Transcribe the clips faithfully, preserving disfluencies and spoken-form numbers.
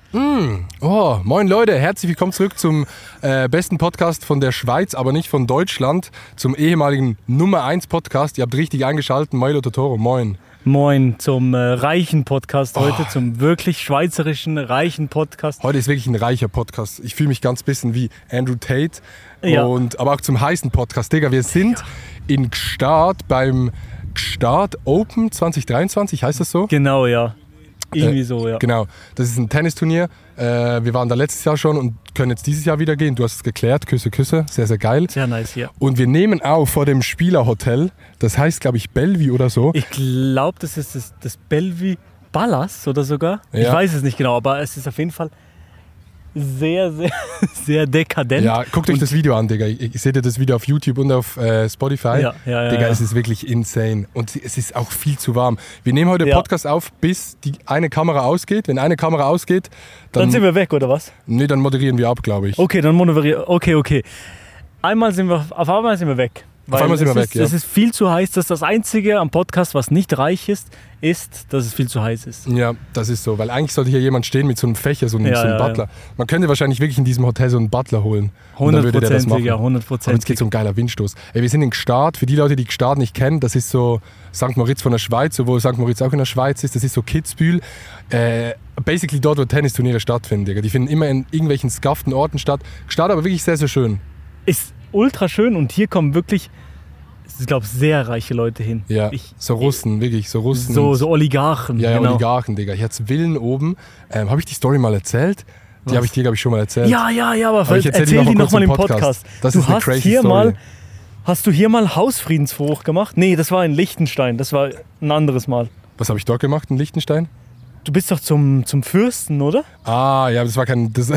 Mm. Oh, moin Leute, herzlich willkommen zurück zum äh, besten Podcast von der Schweiz, aber nicht von Deutschland, zum ehemaligen Nummer eins Podcast. Ihr habt richtig eingeschaltet, Milo Totoro, moin. Moin zum äh, reichen Podcast heute, oh. zum wirklich schweizerischen reichen Podcast. Heute ist wirklich ein reicher Podcast. Ich fühle mich ganz bisschen wie Andrew Tate, ja. und, aber auch zum heißen Podcast. Digga, wir sind ja. in Gstaad beim Gstaad Open zwanzig dreiundzwanzig, heißt das so? Genau, ja. Irgendwie äh, so, ja. Genau, das ist ein Tennisturnier. Äh, wir waren da letztes Jahr schon und können jetzt dieses Jahr wieder gehen. Du hast es geklärt, Küsse, Küsse, sehr, sehr geil. Sehr nice, ja. Und wir nehmen auf vor dem Spielerhotel, das heißt, glaube ich, Bellevue oder so. Ich glaube, das ist das, das Bellevue Palace oder sogar. Ja. Ich weiß es nicht genau, aber es ist auf jeden Fall sehr, sehr, sehr dekadent. Ja, guckt euch und das Video an, Digga. Ich seht ihr das Video auf YouTube und auf äh, Spotify. Ja, ja, ja, Digga, ja. es ist wirklich insane. Und es ist auch viel zu warm. Wir nehmen heute ja. Podcast auf, bis die eine Kamera ausgeht. Wenn eine Kamera ausgeht, dann... Dann sind wir weg, oder was? Nee, dann moderieren wir ab, glaube ich. Okay, dann moderieren Okay, okay. Einmal sind wir... Auf einmal sind wir weg. Auf einmal sind wir weg, ist, ja. Es ist viel zu heiß. Das ist das Einzige am Podcast, was nicht reich ist, ist, dass es viel zu heiß ist. Ja, das ist so. Weil eigentlich sollte hier jemand stehen mit so einem Fächer, so einem, ja, so einem ja, Butler. Ja. Man könnte wahrscheinlich wirklich in diesem Hotel so einen Butler holen. hundert Prozent, ja, hundert Prozent. Und jetzt geht so ein geiler Windstoß. Ey, wir sind in Gstaad. Für die Leute, die Gstaad nicht kennen, das ist so Sankt Moritz von der Schweiz, obwohl Sankt Moritz auch in der Schweiz ist. Das ist so Kitzbühel. Äh, basically dort, wo Tennisturniere stattfinden. Digga. Die finden immer in irgendwelchen skaften Orten statt. Gstaad aber wirklich sehr, sehr schön. Ist ultra schön und hier kommen wirklich... Ich glaube, sehr reiche Leute hin. Ja, ich, so Russen, ich, wirklich, so Russen. So, so Oligarchen. Ja, ja, genau. Oligarchen, Digga. Hier hat's Villen oben. Ähm, habe ich die Story mal erzählt? Die habe ich dir, glaube ich, schon mal erzählt. Ja, ja, ja, aber, aber ich erzähl, erzähl die nochmal noch im Podcast. Podcast. Das du ist eine hast crazy hier Story. Mal, hast du hier mal Hausfriedensbruch gemacht? Nee, das war in Liechtenstein. Das war ein anderes Mal. Was habe ich dort gemacht in Liechtenstein? Du bist doch zum, zum Fürsten, oder? Ah, ja, das war kein... Das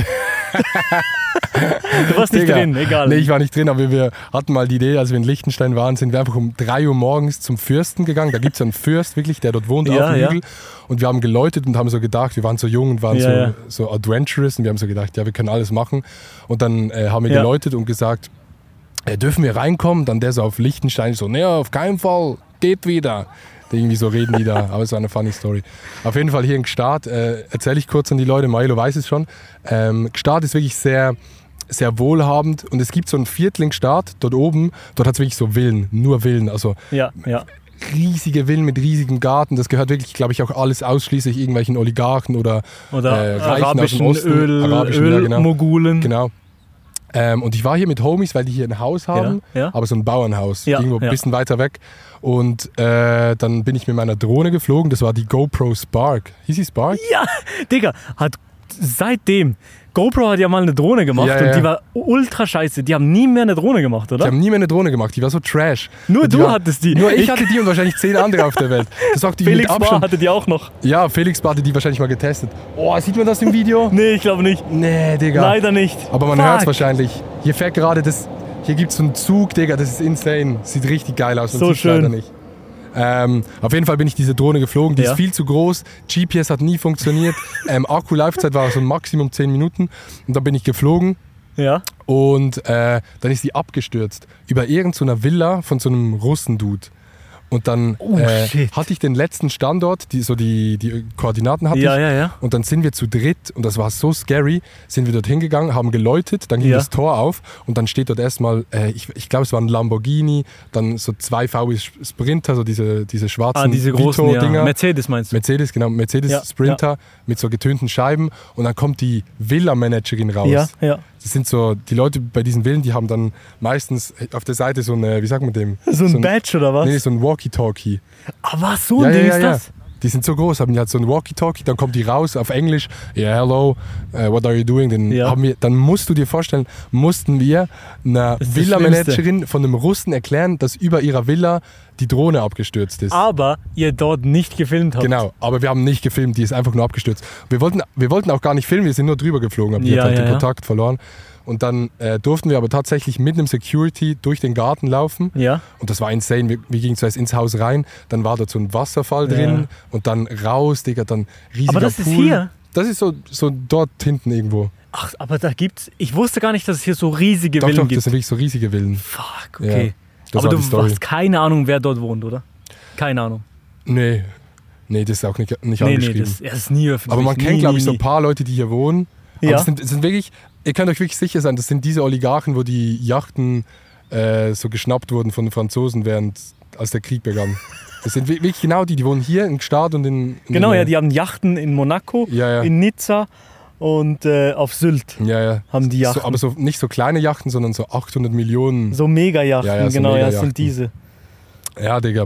Du warst nicht Digga. drin, egal. Nee, ich war nicht drin, aber wir hatten mal die Idee, als wir in Liechtenstein waren, sind wir einfach um drei Uhr morgens zum Fürsten gegangen. Da gibt es einen Fürst, wirklich, der dort wohnt, ja, auf dem ja. Hügel. Und wir haben geläutet und haben so gedacht, wir waren so jung und waren ja, so, ja. so adventurous und wir haben so gedacht, ja, wir können alles machen. Und dann äh, haben wir ja. geläutet und gesagt, äh, dürfen wir reinkommen? Dann der so auf Liechtenstein so, naja, auf keinen Fall, geht wieder. Irgendwie so reden die da, aber es war eine funny Story. Auf jeden Fall hier in Gstaad, äh, erzähle ich kurz an die Leute, Milo weiß es schon. Ähm, Gstaad ist wirklich sehr, sehr wohlhabend und es gibt so ein Viertel in Gstaad, dort oben, dort hat es wirklich so Villen, nur Villen, also ja, ja. riesige Villen mit riesigem Garten. Das gehört wirklich, glaube ich, auch alles ausschließlich irgendwelchen Oligarchen oder, oder äh, Reichen arabischen aus dem Osten, Öl, arabischen Ölmogulen. Ja, genau. genau. Ähm, und ich war hier mit Homies, weil die hier ein Haus haben, ja, ja. aber so ein Bauernhaus, ja, irgendwo ein ja. bisschen weiter weg. Und äh, dann bin ich mit meiner Drohne geflogen, das war die GoPro Spark. Hieß sie Spark? Ja, Digga, hat seitdem, GoPro hat ja mal eine Drohne gemacht ja, und ja. die war ultra scheiße. Die haben nie mehr eine Drohne gemacht, oder? Die haben nie mehr eine Drohne gemacht, die war so trash. Nur und du war, hattest die. Nur ich, ich hatte die und wahrscheinlich zehn andere auf der Welt. Das sagt die Felix mit Abstand. Bar hatte die auch noch. Ja, Felix Bar hatte die wahrscheinlich mal getestet. Oh, sieht man das im Video? Nee, ich glaube nicht. Nee, Digga. Leider nicht. Aber man Fuck. hört es wahrscheinlich. Hier fährt gerade das, hier gibt es so einen Zug, Digga, das ist insane. Sieht richtig geil aus, man so sieht's schön. leider nicht. Ähm, auf jeden Fall bin ich diese Drohne geflogen, die ja. ist viel zu groß, G P S hat nie funktioniert, ähm, Akkulaufzeit war so Maximum zehn Minuten und dann bin ich geflogen ja. und äh, dann ist die abgestürzt über irgendeiner so Villa von so einem Russendude. Und dann oh, äh, shit. hatte ich den letzten Standort, die, so die, die Koordinaten hatte ja, ich. Ja, ja. Und dann sind wir zu dritt, und das war so scary, sind wir dort hingegangen, haben geläutet, dann ging ja. das Tor auf und dann steht dort erstmal, äh, ich, ich glaube es war ein Lamborghini, dann so zwei V W Sprinter, so diese, diese schwarzen ah, diese großen Vito-Dinger. Ja. Mercedes meinst du? Mercedes, genau, Mercedes ja, Sprinter ja. mit so getönten Scheiben und dann kommt die Villa-Managerin raus. Ja, ja. Das sind so, die Leute bei diesen Villen, die haben dann meistens auf der Seite so eine, wie sagt man dem? So ein, so ein Badge oder was? Nee, so ein Walkie-Talkie. Ah, was? So ein ja, Ding ja, ist ja, das? Ja. Die sind so groß, haben die halt so ein Walkie-Talkie, dann kommt die raus auf Englisch, yeah, hello, uh, what are you doing? Dann, ja. haben wir, dann musst du dir vorstellen, mussten wir einer Villa-Managerin von einem Russen erklären, dass über ihrer Villa die Drohne abgestürzt ist. Aber ihr dort nicht gefilmt habt. Genau, aber wir haben nicht gefilmt, die ist einfach nur abgestürzt. Wir wollten, wir wollten auch gar nicht filmen, wir sind nur drüber geflogen, aber die ja, hat halt ja, den ja. Kontakt verloren. Und dann äh, durften wir aber tatsächlich mit einem Security durch den Garten laufen. Ja. Und das war insane. Wir, wir gingen zuerst ins Haus rein, dann war dort so ein Wasserfall ja. drin und dann raus, Digga, dann riesiger Pool. Aber das Pool. Ist hier? Das ist so, so dort hinten irgendwo. Ach, aber da gibt's... Ich wusste gar nicht, dass es hier so riesige doch, Villen doch, gibt. Das sind wirklich so riesige Villen. Fuck, okay. Ja, aber du hast keine Ahnung, wer dort wohnt, oder? Keine Ahnung. Nee. Nee, das ist auch nicht, nicht Nee, angeschrieben. nee, das, das ist nie öffentlich. Aber man kennt, nie, glaube ich, nie, so ein nie. paar Leute, die hier wohnen. Aber Ja. das sind, das sind wirklich, ihr könnt euch wirklich sicher sein, das sind diese Oligarchen, wo die Yachten äh, so geschnappt wurden von den Franzosen, während als der Krieg begann. Das sind wirklich genau die, die wohnen hier in Gstaad und in... in Genau, der ja, die haben Yachten in Monaco, Ja, ja. in Nizza und äh, auf Sylt Ja, ja. haben die Yachten. So, aber so nicht so kleine Yachten, sondern so achthundert Millionen. So Mega-Yachten, Ja, ja, so genau, ja, Mega-Yachten. sind diese. Ja, Digga.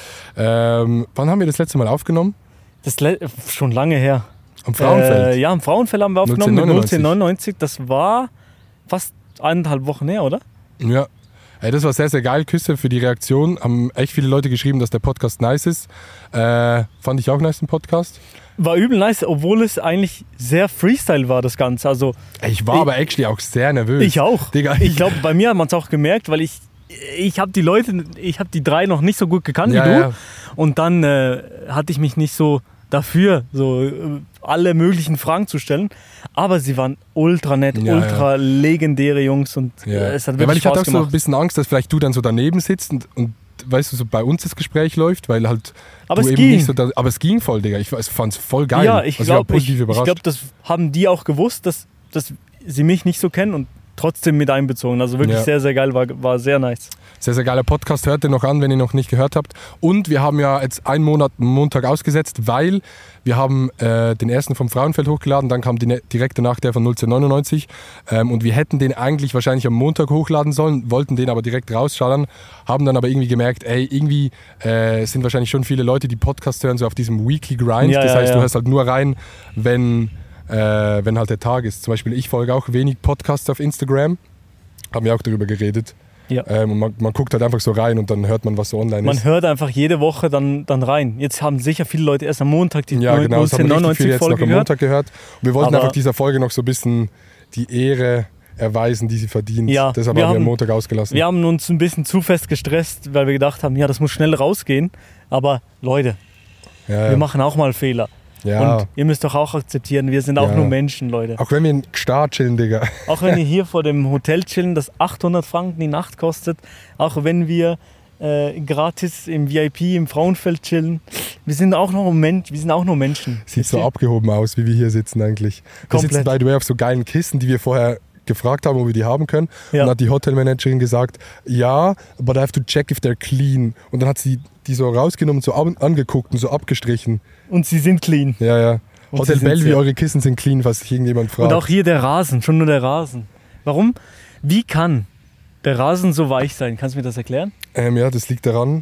Ähm, wann haben wir das letzte Mal aufgenommen? Das le- schon lange her. Am Frauenfeld. Äh, ja, am Frauenfeld haben wir aufgenommen mit neunzehnhundertneunundneunzig. neunzehnhundertneunundneunzig. Das war fast eineinhalb Wochen her, oder? Ja. Ey, das war sehr, sehr geil. Küsse für die Reaktion. Haben echt viele Leute geschrieben, dass der Podcast nice ist. Äh, fand ich auch nice, den Podcast. War übel nice, obwohl es eigentlich sehr Freestyle war, das Ganze. Also Ey, ich war Ich- aber actually auch sehr nervös. ich auch. Digga, Ich glaube, bei mir hat man es auch gemerkt, weil ich ich habe die Leute, ich habe die drei noch nicht so gut gekannt Ja, wie du. ja. Und dann äh, hatte ich mich nicht so dafür, so äh, alle möglichen Fragen zu stellen. Aber sie waren ultra nett, Ja, ultra legendäre Jungs und Ja. äh, es hat Ja, weil wirklich ich hatte Spaß auch so ein gemacht. bisschen Angst, dass vielleicht du dann so daneben sitzt und, und weißt du, so bei uns das Gespräch läuft, weil halt Aber du es eben ging. nicht so da, aber es ging voll, Digga. Ich fand es voll geil. Ja, ich also ich war glaube, ich, positiv ich überrascht. glaub, das haben die auch gewusst, dass, dass sie mich nicht so kennen und trotzdem mit einbezogen. Also wirklich Ja. sehr, sehr geil, war, war sehr nice. Sehr, sehr geiler Podcast. Hört den noch an, wenn ihr noch nicht gehört habt. Und wir haben ja jetzt einen Monat Montag ausgesetzt, weil wir haben äh, den ersten vom Frauenfeld hochgeladen, dann kam die, ne- direkt danach der von neunzehnhundertneunundneunzig ähm, und wir hätten den eigentlich wahrscheinlich am Montag hochladen sollen, wollten den aber direkt rausschallern, haben dann aber irgendwie gemerkt, ey, irgendwie äh, es sind wahrscheinlich schon viele Leute, die Podcast hören, so auf diesem Weekly Grind. Ja, das ja, heißt, ja. du hörst halt nur rein, wenn, äh, wenn halt der Tag ist. Zum Beispiel, ich folge auch wenig Podcasts auf Instagram, haben wir auch darüber geredet. Ja. Ähm, und man, man guckt halt einfach so rein und dann hört man, was so online Man ist. hört einfach jede Woche dann, dann rein. Jetzt haben sicher viele Leute erst am Montag die Ja, genau, das haben richtig viele jetzt noch Folge am gehört. Montag gehört. Und wir wollten Aber- einfach dieser Folge noch so ein bisschen die Ehre erweisen, die sie verdient. Ja, Deshalb wir haben wir am haben- Montag ausgelassen. Wir haben uns ein bisschen zu fest gestresst, weil wir gedacht haben, ja, das muss schnell rausgehen. Aber Leute, ja, wir machen auch mal Fehler. ja. Und ihr müsst doch auch akzeptieren, wir sind auch Ja. nur Menschen, Leute. Auch wenn wir in Gstaad chillen, Digga. Auch wenn ihr hier vor dem Hotel chillen, das achthundert Franken die Nacht kostet, auch wenn wir äh, gratis im V I P im Frauenfeld chillen, wir sind auch noch Mensch, wir sind auch nur Menschen. Sieht so Wisst ihr? abgehoben aus, wie wir hier sitzen eigentlich. Wir Komplett. sitzen, by the way, auf so geilen Kissen, die wir vorher gefragt haben, ob wir die haben können. Ja. Und dann hat die Hotelmanagerin gesagt, ja, but I have to check if they're clean. Und dann hat sie die so rausgenommen, so an- angeguckt und so abgestrichen. Und sie sind clean. Ja, ja. Und Hotel sie sind Bellevue, sehr- eure Kissen sind clean, falls sich irgendjemand fragt. Und auch hier der Rasen, schon nur der Rasen. Warum? Wie kann der Rasen so weich sein? Kannst du mir das erklären? Ähm, ja, das liegt daran,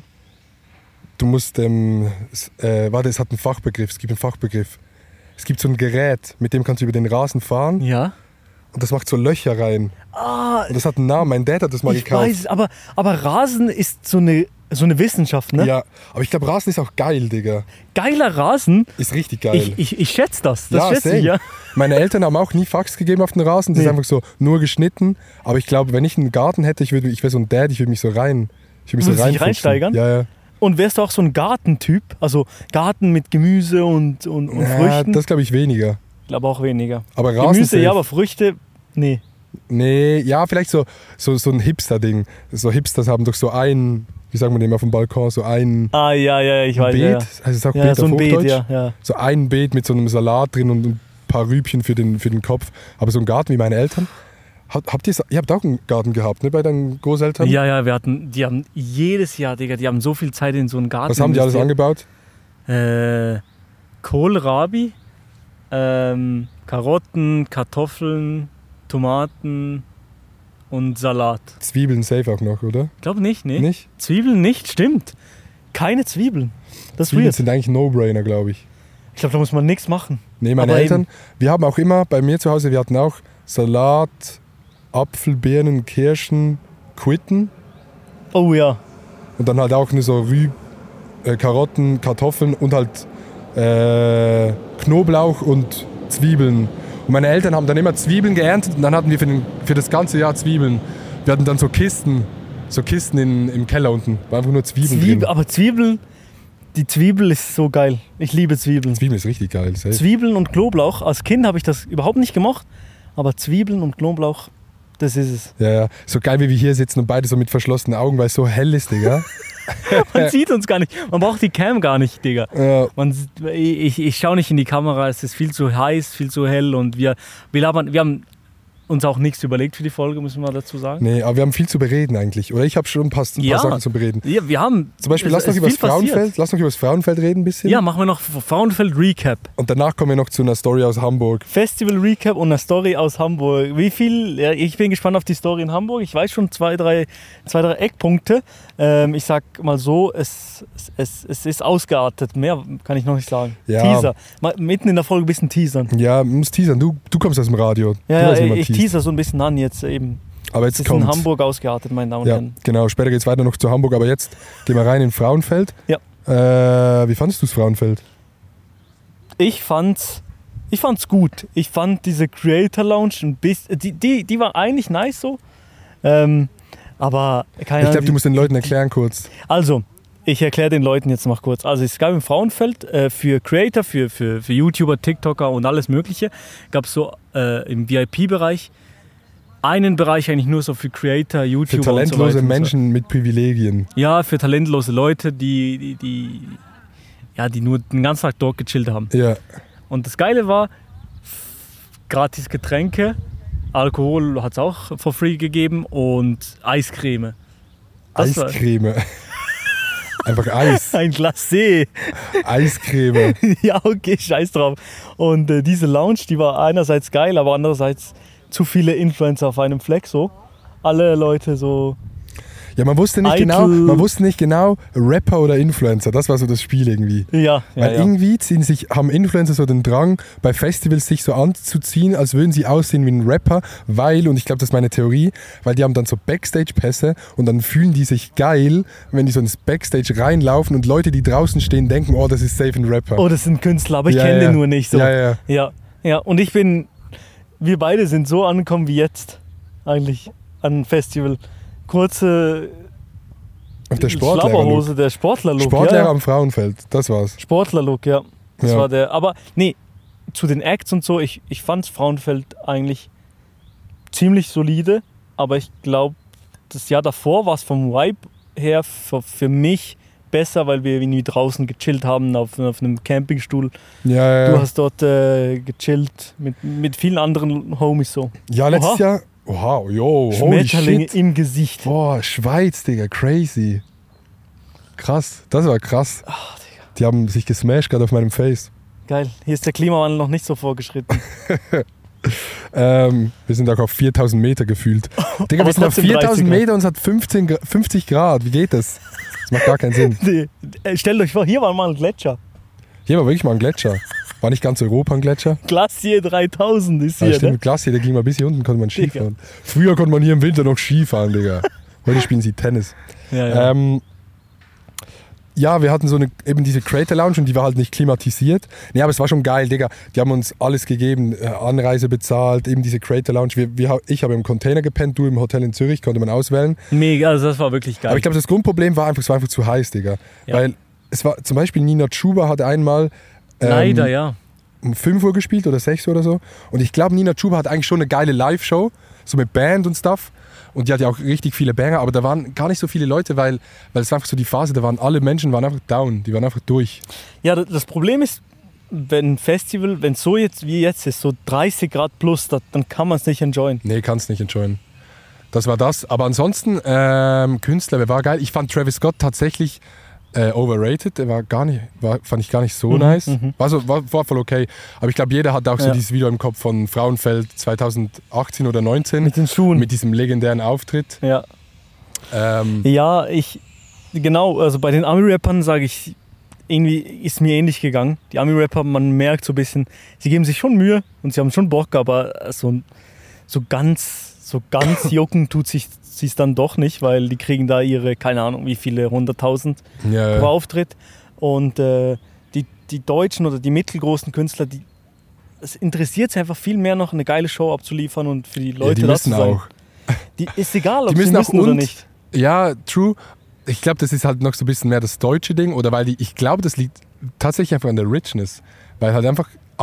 du musst, ähm, s- äh, warte, es hat einen Fachbegriff, es gibt einen Fachbegriff. Es gibt so ein Gerät, mit dem kannst du über den Rasen fahren Ja. und das macht so Löcher rein. Ah, Und das hat einen Namen, mein Dad hat das mal ich gekauft. weiß, aber, aber Rasen ist so eine, so eine Wissenschaft, ne? Ja, aber ich glaube, Rasen ist auch geil, Digga. Geiler Rasen, Ist richtig geil. ich, ich, ich schätze das. Das ja, schätze same. ich, ja. Meine Eltern haben auch nie Fax gegeben auf den Rasen, das Nee. ist einfach so nur geschnitten. Aber ich glaube, wenn ich einen Garten hätte, ich, würd, ich wäre so ein Dad, ich würde mich so rein. Ich würd mich Du so würdest dich reinfuchsen. reinsteigern? Ja, ja. Und wärst du auch so ein Gartentyp? Also Garten mit Gemüse und, und, und ja Früchten? das glaube ich weniger. Ich glaube auch weniger. Aber Rasen Gemüse, safe. ja, aber Früchte, nee. Nee, ja, vielleicht so, so, so ein Hipster-Ding. So Hipsters haben doch so ein, wie sagen wir dem auf dem Balkon, so ein Ah, ja, ja, ich weiß. Beet. Ja, ja. Heißt es auch Ja, Beet so auf ein Beet, Hochdeutsch? ja, ja. So ein Beet mit so einem Salat drin und ein paar Rübchen für den, für den Kopf. Aber so ein Garten wie meine Eltern. Habt, habt ihr, ihr habt auch einen Garten gehabt, ne, bei deinen Großeltern? Ja, ja, wir hatten, die haben jedes Jahr, Digga, die haben so viel Zeit in so einen Garten Was haben die alles investiert. angebaut? Äh, Kohlrabi, ähm, Karotten, Kartoffeln, Tomaten und Salat. Zwiebeln safe auch noch, oder? Ich glaube nicht, nee. Nicht? Zwiebeln nicht, stimmt. Keine Zwiebeln. Das ist Zwiebeln weird. sind eigentlich No-Brainer, glaube ich. Ich glaube, da muss man nichts machen. Nee, meine Aber Eltern, eben. wir haben auch immer, bei mir zu Hause, wir hatten auch Salat, Apfel, Birnen, Kirschen, Quitten Oh ja. und dann halt auch nur so Rüb, äh, Karotten, Kartoffeln und halt äh, Knoblauch und Zwiebeln. Und meine Eltern haben dann immer Zwiebeln geerntet und dann hatten wir für, den, für das ganze Jahr Zwiebeln. Wir hatten dann so Kisten, so Kisten in, im Keller unten, war einfach nur Zwiebeln Zwiebel, drin. aber Zwiebeln, die Zwiebel ist so geil. Ich liebe Zwiebeln. Zwiebeln ist richtig geil, safe. Zwiebeln und Knoblauch. Als Kind habe ich das überhaupt nicht gemocht, aber Zwiebeln und Knoblauch, das ist es. Ja, ja. So geil, wie wir hier sitzen und beide so mit verschlossenen Augen, weil es so hell ist, Digga. Man sieht uns gar nicht. Man braucht die Cam gar nicht, Digga. Ja. Man, ich ich schaue nicht in die Kamera, es ist viel zu heiß, viel zu hell und wir, wir, labern, wir haben uns auch nichts überlegt für die Folge, müssen wir dazu sagen. Nee, aber wir haben viel zu bereden eigentlich. Oder ich habe schon ein paar, ein Ja. paar Sachen zu bereden. Ja, wir haben. Zum Beispiel, es- lass noch, es über das viel passiert. Frauenfeld, lass noch über das Frauenfeld reden ein bisschen. Ja, machen wir noch Frauenfeld Recap. Und danach kommen wir noch zu einer Story aus Hamburg. Festival Recap und eine Story aus Hamburg. Wie viel? Ja, ich bin gespannt auf die Story in Hamburg. Ich weiß schon zwei, drei, zwei, drei Eckpunkte. Ähm, ich sag mal so, es, es, es ist ausgeartet. Mehr kann ich noch nicht sagen. Ja. Teaser. Mal, mitten in der Folge ein bisschen teasern. Ja, man muss teasern. Du, du kommst aus dem Radio. Ja, du weißt, wie ja man ich teast. teaser so ein bisschen an jetzt eben. Aber Es jetzt ist in kommt. Hamburg ausgeartet, meine Damen und Ja, Herren. genau. Später geht es weiter noch zu Hamburg. Aber jetzt gehen wir rein in Frauenfeld. Ja. Äh, wie fandest du das Frauenfeld? Ich fand's, ich fand's gut. Ich fand diese Creator Lounge ein bisschen, die, die, die war eigentlich nice so. Ähm, aber keine Ich glaube, Ahnung. du musst den Leuten erklären kurz. Also, ich erkläre den Leuten jetzt noch kurz. Also es gab im Frauenfeld äh, für Creator, für, für, für YouTuber, TikToker und alles Mögliche, gab es so äh, im V I P-Bereich einen Bereich eigentlich nur so für Creator, Für YouTuber und so talentlose weiter und so. Menschen mit Privilegien. Ja, für talentlose Leute, die, die, die, ja, die nur den ganzen Tag dort gechillt haben. Ja. Und das Geile war, gratis Getränke, Alkohol hat es auch for free gegeben und Eiscreme. Das war- Eiscreme. Einfach Eis. Ein Glacé. Eiscreme. Ja, okay, scheiß drauf. Und äh, diese Lounge, die war einerseits geil, aber andererseits zu viele Influencer auf einem Fleck so. Alle Leute so. Ja, man wusste nicht Eitel. genau, man wusste nicht genau, Rapper oder Influencer. Das war so das Spiel irgendwie. Ja, ja, Weil ja. irgendwie ziehen sich, haben Influencer so den Drang, bei Festivals sich so anzuziehen, als würden sie aussehen wie ein Rapper, weil, und ich glaube, das ist meine Theorie, weil die haben dann so Backstage-Pässe und dann fühlen die sich geil, wenn die so ins Backstage reinlaufen und Leute, die draußen stehen, denken, oh, das ist safe ein Rapper. Oh, das sind Künstler, aber ich Ja, kenne ja. den nur nicht so. Ja, ja. ja, ja. Und ich bin, wir beide sind so angekommen wie jetzt eigentlich an einem Festival. Kurze Auf der Sportlehrer. Schlabberhose, der Sportler-Look. Sportlehrer ja, ja. am Frauenfeld, das war's. Sportler-Look, ja. Das Ja. war der. Aber nee, zu den Acts und so, ich, ich fand Frauenfeld eigentlich ziemlich solide, aber ich glaube, das Jahr davor war es vom Vibe her für, für mich besser, weil wir irgendwie draußen gechillt haben auf, auf einem Campingstuhl. Ja, ja, Du ja. hast dort äh, gechillt mit, mit vielen anderen Homies so. ja letztes Oha. Jahr, wow, yo, holy Schmetterlinge shit. im Gesicht. Boah, Schweiz, Digga, crazy. Krass, das war krass. Die haben sich gesmashed gerade auf meinem Face. Geil. Hier ist der Klimawandel noch nicht so vorgeschritten. Ähm, wir sind auch auf viertausend Meter gefühlt. Digga, Aber wir sind auf trotzdem viertausend dreißig Grad. Meter und es hat fünfzehn, Gra- fünfzig Grad. Wie geht das? Das macht gar keinen Sinn. Nee, äh, Stellt euch vor, hier war mal ein Gletscher. Hier war wirklich mal ein Gletscher. War nicht ganz Europa ein Gletscher? Glacier dreitausend ist Ja, hier, stimmt, ne? Glacier, der ging mal bis hier unten, konnte man Ski Digga. fahren. Früher konnte man hier im Winter noch Ski fahren, Digga. Heute spielen sie Tennis. Ja, ja. Ähm, ja, wir hatten so eine, eben diese Creator Lounge und die war halt nicht klimatisiert. Nee, aber es war schon geil, Digga. Die haben uns alles gegeben, äh, Anreise bezahlt, eben diese Creator Lounge. Wir, wir, ich habe im Container gepennt, du im Hotel in Zürich, konnte man auswählen. Mega, also das war wirklich geil. Aber ich glaube, das Grundproblem war einfach, es war einfach zu heiß, Digga. Ja. Weil es war zum Beispiel Nina Chuba hat einmal ähm, Leider, ja. um fünf Uhr gespielt oder sechs Uhr oder so. Und ich glaube, Nina Chuba hat eigentlich schon eine geile Live-Show, so mit Band und Stuff. Und die hat ja auch richtig viele Banger, aber da waren gar nicht so viele Leute, weil, weil es war einfach so die Phase, da waren alle Menschen waren einfach down, die waren einfach durch. Ja, das- das Problem ist, wenn ein Festival, wenn es so jetzt wie jetzt ist, so dreißig Grad plus, da, dann kann man es nicht enjoyen. Nee, kannst nicht enjoyen. Das war das. Aber ansonsten, ähm, Künstler, wer war geil? Ich fand Travis Scott tatsächlich äh, overrated. Der war gar nicht, war, fand ich gar nicht so Mhm, nice. mhm. War, so, war, war voll okay. Aber ich glaube, jeder hat auch so Ja. dieses Video im Kopf von Frauenfeld zweitausendachtzehn oder neunzehn Mit den Schuhen. mit diesem legendären Auftritt. ja. Ähm, ja, ich, genau, also bei den Ami-Rappern sage ich, irgendwie ist mir ähnlich gegangen. Die Ami-Rapper, man merkt so ein bisschen, sie geben sich schon Mühe und sie haben schon Bock, aber so, so ganz, so ganz jucken tut sich sie es dann doch nicht, weil die kriegen da ihre, keine Ahnung, wie viele hunderttausend ja, pro Auftritt. Und äh, die, die deutschen oder die mittelgroßen Künstler, die, es interessiert sie einfach viel mehr noch eine geile Show abzuliefern und für die ja, Leute die da zu müssen sein. auch. Die, ist egal, ob Die sie müssen auch müssen oder und- nicht. Ja, true. Ich glaube, das ist halt noch so ein bisschen mehr das deutsche Ding. Oder weil die, ich glaube, das liegt tatsächlich einfach an der Richness. Weil halt einfach Ami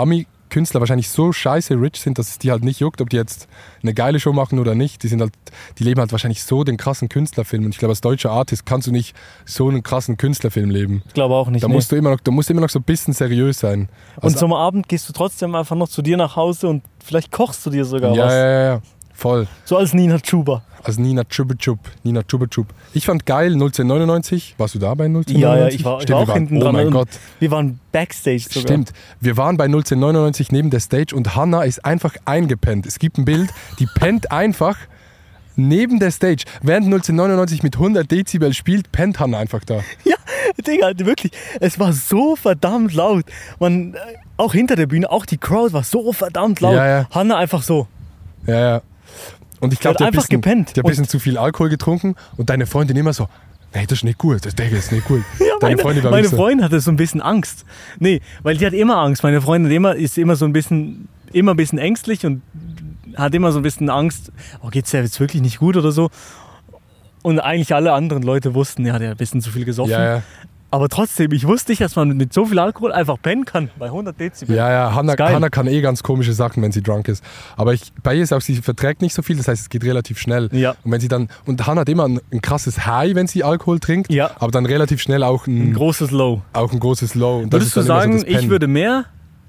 Künstler wahrscheinlich so scheiße rich sind, dass es die halt nicht juckt, ob die jetzt eine geile Show machen oder nicht. Die sind halt, die leben halt wahrscheinlich so den krassen Künstlerfilm. Und ich glaube, als deutscher Artist kannst du nicht so einen krassen Künstlerfilm leben. Ich glaube auch nicht. Da nee. musst du immer noch, da musst du immer noch so ein bisschen seriös sein. Und Also, zum Abend gehst du trotzdem einfach noch zu dir nach Hause und vielleicht kochst du dir sogar ja, was. ja, ja, ja, voll. So als Nina Chuba. Also Nina Chuba-Chub, Nina Chuba-Chub. Ich fand geil neunzehnhundertneunundneunzig. Warst du da bei neunzehnhundertneunundneunzig? Ja, ja, ich war, ich Stimmt, war auch wir waren, hinten oh dran. mein und Gott. Wir waren Backstage sogar. Stimmt. Wir waren bei neunzehnhundertneunundneunzig neben der Stage und Hannah ist einfach eingepennt. Es gibt ein Bild, die pennt einfach neben der Stage. Während neunzehnhundertneunundneunzig mit hundert Dezibel spielt, pennt Hannah einfach da. Ja, Digga, wirklich. Es war so verdammt laut. Man, äh, auch hinter der Bühne, auch die Crowd war so verdammt laut. Ja, ja. Hannah einfach so. Ja, ja. Und ich glaube, Die der hat hat einfach bisschen, gepennt. der hat ein bisschen zu viel Alkohol getrunken und deine Freundin immer so, nee, das ist nicht gut, das Digga ist nicht gut. Ja, Deine meine Freundin war meine wirklich so, Freundin hatte so ein bisschen Angst. Nee, weil die hat immer Angst. Meine Freundin immer, ist immer so ein bisschen, immer ein bisschen ängstlich und hat immer so ein bisschen Angst, oh, geht's ja jetzt wirklich nicht gut oder so. Und eigentlich alle anderen Leute wussten, ja, der hat ein bisschen zu viel gesoffen. ja, ja. Aber trotzdem, ich wusste nicht, dass man mit so viel Alkohol einfach pennen kann, bei hundert Dezibel. Ja, ja, Hannah, Ist geil. Hannah kann eh ganz komische Sachen, wenn sie drunk ist. Aber ich, bei ihr ist auch, sie verträgt nicht so viel, das heißt, es geht relativ schnell. Ja. Und wenn sie dann, und Hannah hat immer ein, ein krasses High, wenn sie Alkohol trinkt, Ja. aber dann relativ schnell auch ein, Ein großes Low. auch ein großes Low. Und das Würdest ist du dann immer sagen, so das ich Pennen. würde mehr,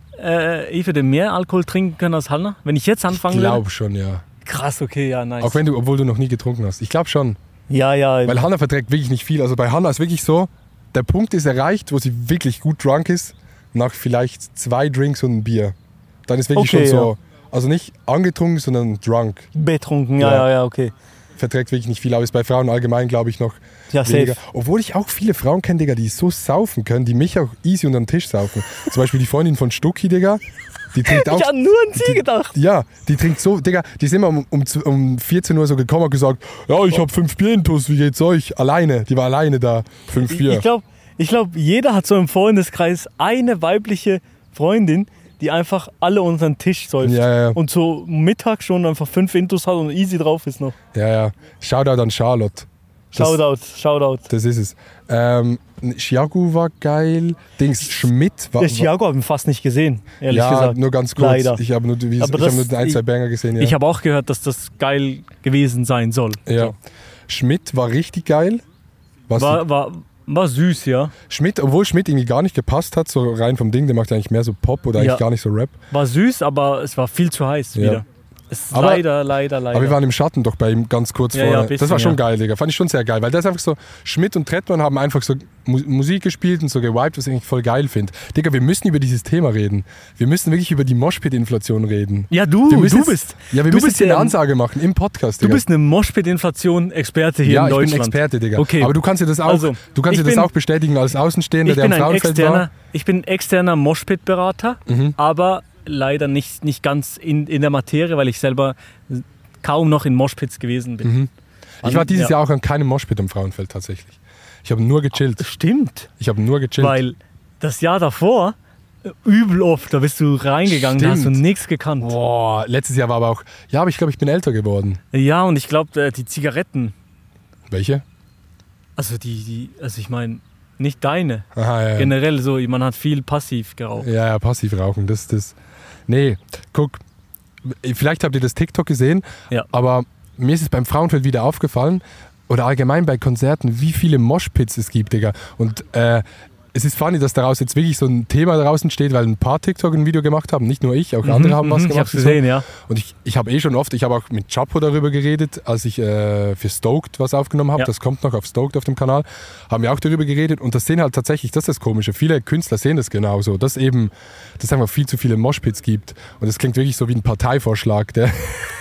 äh, ich würde mehr Alkohol trinken können als Hannah, wenn ich jetzt Ich anfangen würde? glaube schon, ja. Krass, okay, ja, nice. Auch wenn du, obwohl du noch nie getrunken hast. Ich glaube schon. ja, ja, Weil Hannah verträgt wirklich nicht viel. Also bei Hannah ist wirklich so, der Punkt ist erreicht, wo sie wirklich gut drunk ist, nach vielleicht zwei Drinks und ein Bier. Dann ist wirklich Okay, schon so, also nicht angetrunken, sondern drunk. betrunken, ja, Ja. ja, ja, okay. Verträgt wirklich nicht viel, aber ist bei Frauen allgemein, glaube ich, noch Ja, weniger. safe. Obwohl ich auch viele Frauen kenne, Digga, die so saufen können, die mich auch easy unter den Tisch saufen. Zum Beispiel die Freundin von Stucki, Digga, die trinkt auch... Ich habe nur an sie gedacht. Ja, die trinkt so, Digga, die ist immer um, um, um vierzehn Uhr so gekommen und gesagt, ja, ich habe fünf Bier intus, wie geht's euch? Alleine, die war alleine da, fünf Ich, Bier. ich glaube, ich glaub, jeder hat so im Freundeskreis eine weibliche Freundin, die einfach alle unter den Tisch säuft. Ja, ja. Und so Mittag schon einfach fünf Intus hat und easy drauf ist noch. Ja, ja. Shoutout an Charlotte. Das, Shoutout, Shoutout. das ist es. Ähm, Chiagu war geil. Dings, Schmidt war. Der Thiago habe ich fast nicht gesehen, ehrlich ja, gesagt. nur ganz kurz. Leider. Ich habe nur, wie, ich Aber hab das- nur ein, zwei Banger gesehen. Ja. Ich habe auch gehört, dass das geil gewesen sein soll. ja. So. Schmidt war richtig geil. Was War, war, war süß, ja. Schmidt, obwohl Schmidt irgendwie gar nicht gepasst hat, so rein vom Ding, der macht eigentlich mehr so Pop oder eigentlich Ja. gar nicht so Rap. War süß, aber es war viel zu heiß Ja. wieder. Es ist Aber- leider, leider, leider. Aber wir waren im Schatten doch bei ihm ganz kurz Ja, ja, vorne. ein bisschen, das war schon ja. geil, Digga. Fand ich schon sehr geil. Weil das ist einfach so, Schmidt und Trettmann haben einfach so Mu Musik gespielt und so gewiped, was ich eigentlich voll geil finde. Digga, wir müssen über dieses Thema reden. Wir müssen wirklich über die Moshpit-Inflation reden. ja, du, Wir müssen du jetzt- bist. Ja, wir du müssen bist jetzt eine der- Ansage machen im Podcast, Du Digga. bist eine Moshpit-Inflation-Experte hier ja, in ich bin Deutschland. Experte, Digga. Okay. Aber du kannst dir das auch, Also, du kannst ich dir das bin- auch bestätigen als Außenstehender, Ich der bin im ein Frauenfeld externer, war. ich bin externer Moshpit-Berater, Mhm. aber leider nicht, nicht ganz in, in der Materie, weil ich selber kaum noch in Moshpits gewesen bin. Mhm. Ich war dieses Ja. Jahr auch an keinem Moshpit im Frauenfeld tatsächlich. Ich habe nur gechillt. Stimmt, Ich habe nur gechillt. weil das Jahr davor äh, übel oft, da bist du reingegangen, da hast du Stimmt. nichts gekannt. Boah, letztes Jahr war aber auch, ja, aber ich glaube, ich bin älter geworden. Ja, und ich glaube, die Zigaretten, Welche? also die, die also ich meine, nicht deine. Aha, ja. Generell so, man hat viel passiv geraucht. Ja, ja, passiv rauchen, das, das. Nee, guck, vielleicht habt ihr das TikTok gesehen, Ja. aber mir ist es beim Frauenfeld wieder aufgefallen, oder allgemein bei Konzerten, wie viele Moshpits es gibt, Digga. Und äh, es ist funny, dass daraus jetzt wirklich so ein Thema draußen steht, weil ein paar TikTok ein Video gemacht haben, nicht nur ich, auch andere haben was Mhm, ich gemacht. hab's gesehen, ja. Und ich, ich habe eh schon oft, ich habe auch mit Chapo darüber geredet, als ich äh, für Stoked was aufgenommen habe. Ja. Das kommt noch auf Stoked auf dem Kanal. Haben wir auch darüber geredet. Und das sehen halt tatsächlich, das ist das Komische. Viele Künstler sehen das genauso, dass eben, dass es einfach viel zu viele Moshpits gibt. Und das klingt wirklich so wie ein Parteivorschlag. Der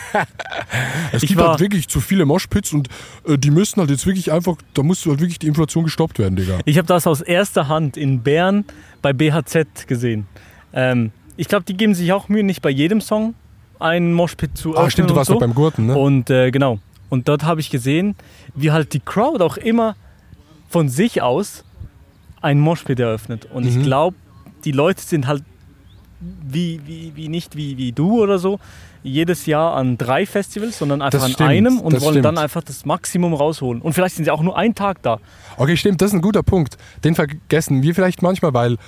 es Ich gibt war- halt wirklich zu viele Moshpits und äh, die müssen halt jetzt wirklich einfach, da muss halt wirklich die Inflation gestoppt werden, Digga. Ich habe das aus erster Hand in Bern bei B H Z gesehen. Ähm, ich glaube, die geben sich auch Mühe, nicht bei jedem Song einen Moshpit zu öffnen Ah, stimmt, du und warst so. doch beim Gurten, ne? Und äh, genau. Und dort habe ich gesehen, wie halt die Crowd auch immer von sich aus einen Moshpit eröffnet. Und Mhm. ich glaube, die Leute sind halt wie, wie, wie nicht wie, wie du oder so, jedes Jahr an drei Festivals, sondern einfach Das an stimmt, einem und das wollen stimmt. dann einfach das Maximum rausholen. Und vielleicht sind sie auch nur einen Tag da. Okay, stimmt, das ist ein guter Punkt. Den vergessen wir vielleicht manchmal, weil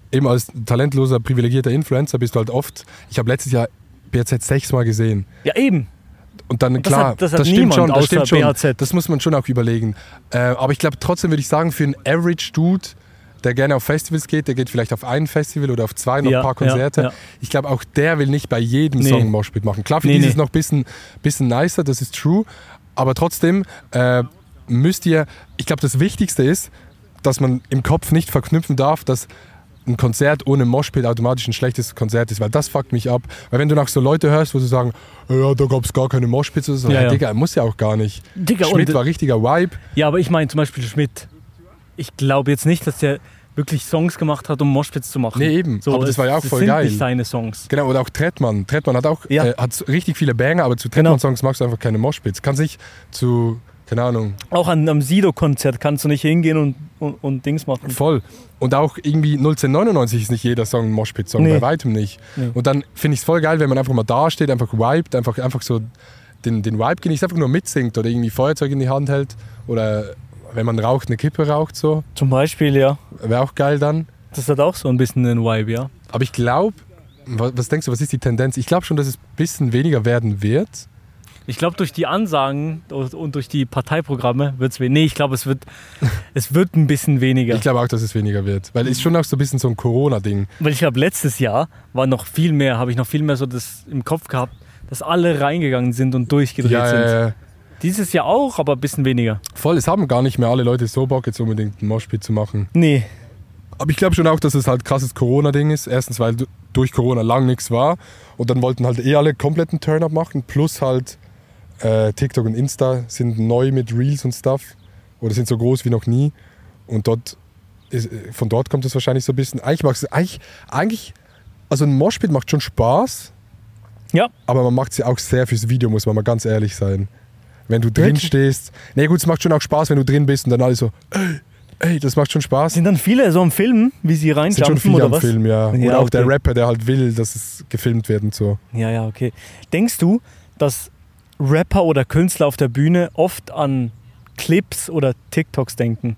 eben als talentloser, privilegierter Influencer bist du halt oft, ich habe letztes Jahr B H Z sechsmal gesehen. Ja, eben. Und dann, das klar, hat, das hat das stimmt niemand schon, das außer stimmt schon. B H Z. Das muss man schon auch überlegen. Äh, aber ich glaube, trotzdem würde ich sagen, für einen Average-Dude, der gerne auf Festivals geht, der geht vielleicht auf ein Festival oder auf zwei, noch Ja, ein paar Konzerte. ja, ja. Ich glaube, auch der will nicht bei jedem Nee. Song Moshpit machen. Klar, für Nee, die ist nee. es noch ein bisschen, bisschen nicer, das ist true. Aber trotzdem äh, müsst ihr, ich glaube, das Wichtigste ist, dass man im Kopf nicht verknüpfen darf, dass ein Konzert ohne Moshpit automatisch ein schlechtes Konzert ist, weil das fuckt mich ab. Weil wenn du nach so Leute hörst, wo sie sagen, ja, da gab es gar keine Moshpits, so, Ja, ja, ja. Digga, muss ja auch gar nicht. Digga, Schmidt und- war richtiger Vibe. Ja, aber ich meine zum Beispiel Schmidt. Ich glaube jetzt nicht, dass der wirklich Songs gemacht hat, um Moshpits zu machen. Nee, eben. Aber das es- war ja auch das voll sind geil. nicht seine Songs. Genau, oder auch Trettmann. Trettmann hat auch Ja. äh, hat richtig viele Banger, aber zu Genau. Trettmann-Songs magst du einfach keine Moshpits. Kannst nicht zu, keine Ahnung, Auch an einem Sido-Konzert kannst du nicht hingehen und, und, und Dings machen. voll. Und auch irgendwie neunzehnhundertneunundneunzig ist nicht jeder Song ein Moshpit-Song, Nee. bei weitem nicht. Nee. Und dann finde ich es voll geil, wenn man einfach mal da steht, einfach vibet, einfach, einfach so den, den Vibe genießt, einfach nur mitsingt oder irgendwie Feuerzeug in die Hand hält oder wenn man raucht, eine Kippe raucht, so. Zum Beispiel, ja. Wäre auch geil dann. Das hat auch so ein bisschen einen Vibe, ja. Aber ich glaube, was, was denkst du, was ist die Tendenz? Ich glaube schon, dass es ein bisschen weniger werden wird. Ich glaube, durch die Ansagen und und durch die Parteiprogramme wird es weniger. Nee, ich glaube, es wird, es wird ein bisschen weniger. Ich glaube auch, dass es weniger wird. Weil es ist schon auch so ein bisschen so ein Corona-Ding. Weil ich glaube, letztes Jahr war noch viel mehr, habe ich noch viel mehr so das im Kopf gehabt, dass alle reingegangen sind und durchgedreht Ja, sind. ja, ja. Dieses Jahr auch, aber ein bisschen weniger. Voll, es haben gar nicht mehr alle Leute so Bock, jetzt unbedingt einen Moshpit zu machen. Nee, Aber ich glaube schon auch, dass es halt krasses Corona-Ding ist. Erstens, weil du- durch Corona lang nichts war. Und dann wollten halt eh alle kompletten Turn-Up machen. Plus halt äh, TikTok und Insta sind neu mit Reels und Stuff. Oder sind so groß wie noch nie. Und dort ist, von dort kommt es wahrscheinlich so ein bisschen. Eigentlich macht es eigentlich, eigentlich, also ein Moshpit macht schon Spaß. ja, Aber man macht es ja auch sehr fürs Video, muss man mal ganz ehrlich sein. Wenn du drin Wirklich? stehst. Nee, gut, es macht schon auch Spaß, wenn du drin bist und dann alle so, ey, ey, das macht schon Spaß. sind dann viele so am Filmen, wie sie Sind schon reinjumpen viele oder am was? Film, ja. Ja, Oder auch der okay. Rapper, der halt will, dass es gefilmt wird und so. Ja, ja, okay. Denkst du, dass Rapper oder Künstler auf der Bühne oft an Clips oder TikToks denken?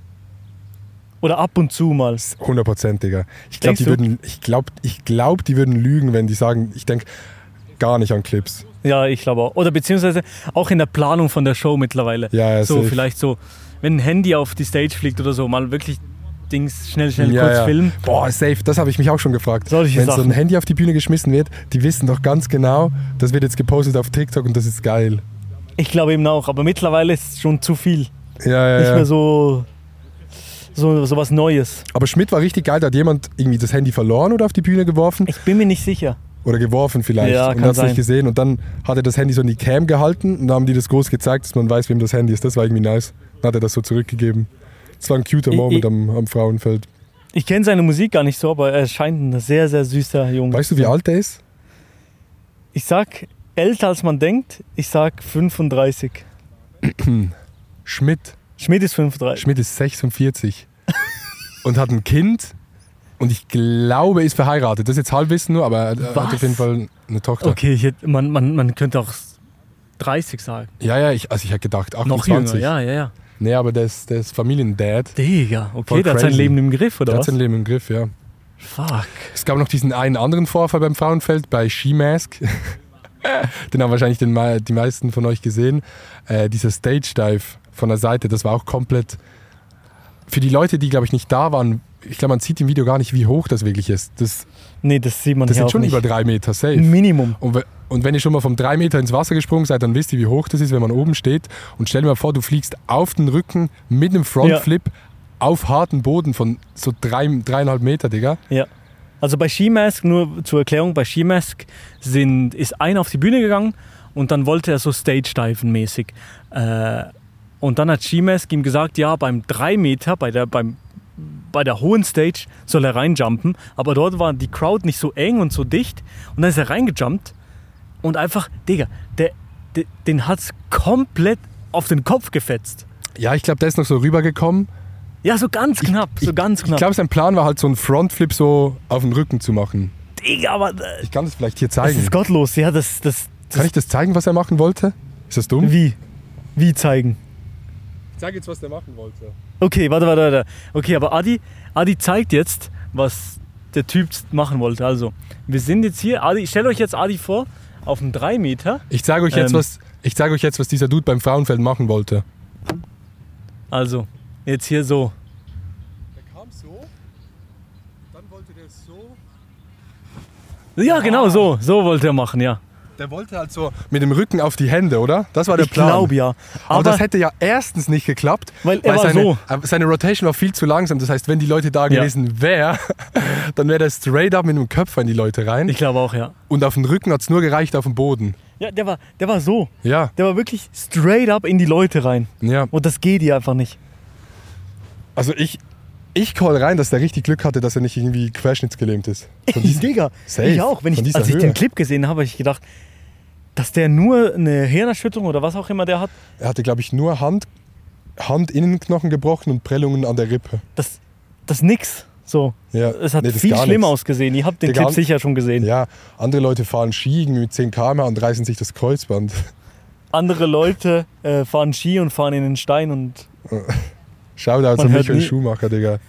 Oder ab und zu mal? hundert Prozent, Digga. Ich glaube, Denkst die du? würden, ich glaub, ich glaub, die würden lügen, wenn die sagen, ich denke gar nicht an Clips. Ja, ich glaube auch. Oder beziehungsweise auch in der Planung von der Show mittlerweile. Ja, ja, so, safe. vielleicht so, wenn ein Handy auf die Stage fliegt oder so, mal wirklich Dings schnell, schnell Ja, kurz ja. filmen. Boah, safe, das habe ich mich auch schon gefragt. Solche Wenn so ein Sachen. Handy auf die Bühne geschmissen wird, die wissen doch ganz genau, das wird jetzt gepostet auf TikTok und das ist geil. Ich glaube eben auch, aber mittlerweile ist es schon zu viel. Ja, ja, Nicht ja. mehr so, so, so was Neues. Aber Schmidt war richtig geil, da hat jemand irgendwie das Handy verloren oder auf die Bühne geworfen. Ich bin mir nicht sicher. Oder geworfen vielleicht. Ja, und kann hat es sein. nicht gesehen. Und dann hat er das Handy so in die Cam gehalten und dann haben die das groß gezeigt, dass man weiß, wem das Handy ist. Das war irgendwie nice. Dann hat er das so zurückgegeben. Das war ein cuter Ich- Moment ich- am, am Frauenfeld. Ich kenne seine Musik gar nicht so, aber er scheint ein sehr, sehr süßer Junge. Weißt du, wie alt er ist? Ich sag älter als man denkt. Ich sag fünfunddreißig. Schmidt. Schmidt ist fünfunddreißig. Schmidt ist sechsundvierzig. und hat ein Kind. Und ich glaube, er ist verheiratet. Das ist jetzt Halbwissen nur, aber er hat Was? auf jeden Fall eine Tochter. Okay, ich hätte, man, man, man könnte auch dreißig sagen. Ja, ja, ich, also ich hätte gedacht Noch achtundzwanzig. jünger, ja, ja, ja. Nee, aber der ist, der ist Familiendad. Digga, okay, Voll der hat sein crazy. Leben im Griff, oder Der hat was? sein Leben im Griff, ja. Fuck. Es gab noch diesen einen anderen Vorfall beim Frauenfeld, bei Ski Mask. Den haben wahrscheinlich den, mei- die meisten von euch gesehen. Äh, dieser Stage Dive von der Seite, das war auch komplett... Für die Leute, die, glaube ich, nicht da waren, ich glaube, man sieht im Video gar nicht, wie hoch das wirklich ist. Das, Nee, das sieht man das hier sind auch schon nicht. über drei Meter, safe. Minimum. Und, we- und wenn ihr schon mal vom drei Meter ins Wasser gesprungen seid, dann wisst ihr, wie hoch das ist, wenn man oben steht. Und stell dir mal vor, du fliegst auf den Rücken mit einem Frontflip auf harten Boden von so drei, dreieinhalb Meter, Digga. Ja. Also bei Skimask, nur zur Erklärung, bei Skimask sind, ist einer auf die Bühne gegangen und dann wollte er so Stage-Diven mäßig. Äh, und dann hat Skimask ihm gesagt, ja, beim drei Meter, bei der, beim, bei der hohen Stage soll er reinjumpen, aber dort war die Crowd nicht so eng und so dicht und dann ist er reingejumpt und einfach, Digga, der, der, den hat's komplett auf den Kopf gefetzt. Ja, ich glaube, der ist noch so rübergekommen. Ja, so ganz knapp, so ganz Ich knapp. glaube, sein Plan war halt so einen Frontflip so auf den Rücken zu machen. Digga, aber äh, Ich kann das vielleicht hier das zeigen. ist gottlos. Ja, das, das, das Kann ich das zeigen, was er machen wollte? Ist das dumm? Wie? Wie zeigen? Ich zeige jetzt, was der machen wollte. Okay, warte, warte, warte. Okay, aber Adi, Adi zeigt jetzt, was der Typ machen wollte. Also, wir sind jetzt hier, Adi, stellt euch jetzt Adi vor, auf einem drei Meter. Ich zeige euch jetzt, Ähm, was, ich zeige euch jetzt, was dieser Dude beim Frauenfeld machen wollte. Also, jetzt hier so. Der kam so, dann wollte der so. Ja, genau, so, so wollte er machen, ja. Der wollte halt so mit dem Rücken auf die Hände, oder? Das war der Ich Plan. glaube ja. Aber, Aber, das hätte ja erstens nicht geklappt, weil er war seine, so. seine Rotation war viel zu langsam. Das heißt, wenn die Leute da gewesen wären, dann wäre der straight up mit dem Köpfer in die Leute rein. Ich glaube auch, ja. Und auf den Rücken hat es nur gereicht auf dem Boden. Ja, der war, der war so. Ja, Der war wirklich straight up in die Leute rein. ja. Und das geht ja einfach nicht. Also ich, ich call rein, dass der richtig Glück hatte, dass er nicht irgendwie querschnittsgelähmt ist. Von diesem- Digga, Safe. ich auch. Wenn Von ich, dieser als ich Höhe. den Clip gesehen habe, habe ich gedacht, dass der nur eine Hirnerschütterung oder was auch immer der hat, Er hatte, glaube ich, nur Hand, Handinnenknochen gebrochen und Prellungen an der Rippe. das, das nix. So. Ja, Es hat nee, das viel gar schlimmer nix. ausgesehen. Ihr habt den Digga, Clip sicher schon gesehen. Ja, andere Leute fahren Ski mit zehn Kilometer pro Stunde und reißen sich das Kreuzband. Andere Leute äh, fahren Ski und fahren in den Stein und Shoutout Man an hört Michael nie- Schumacher, Digga.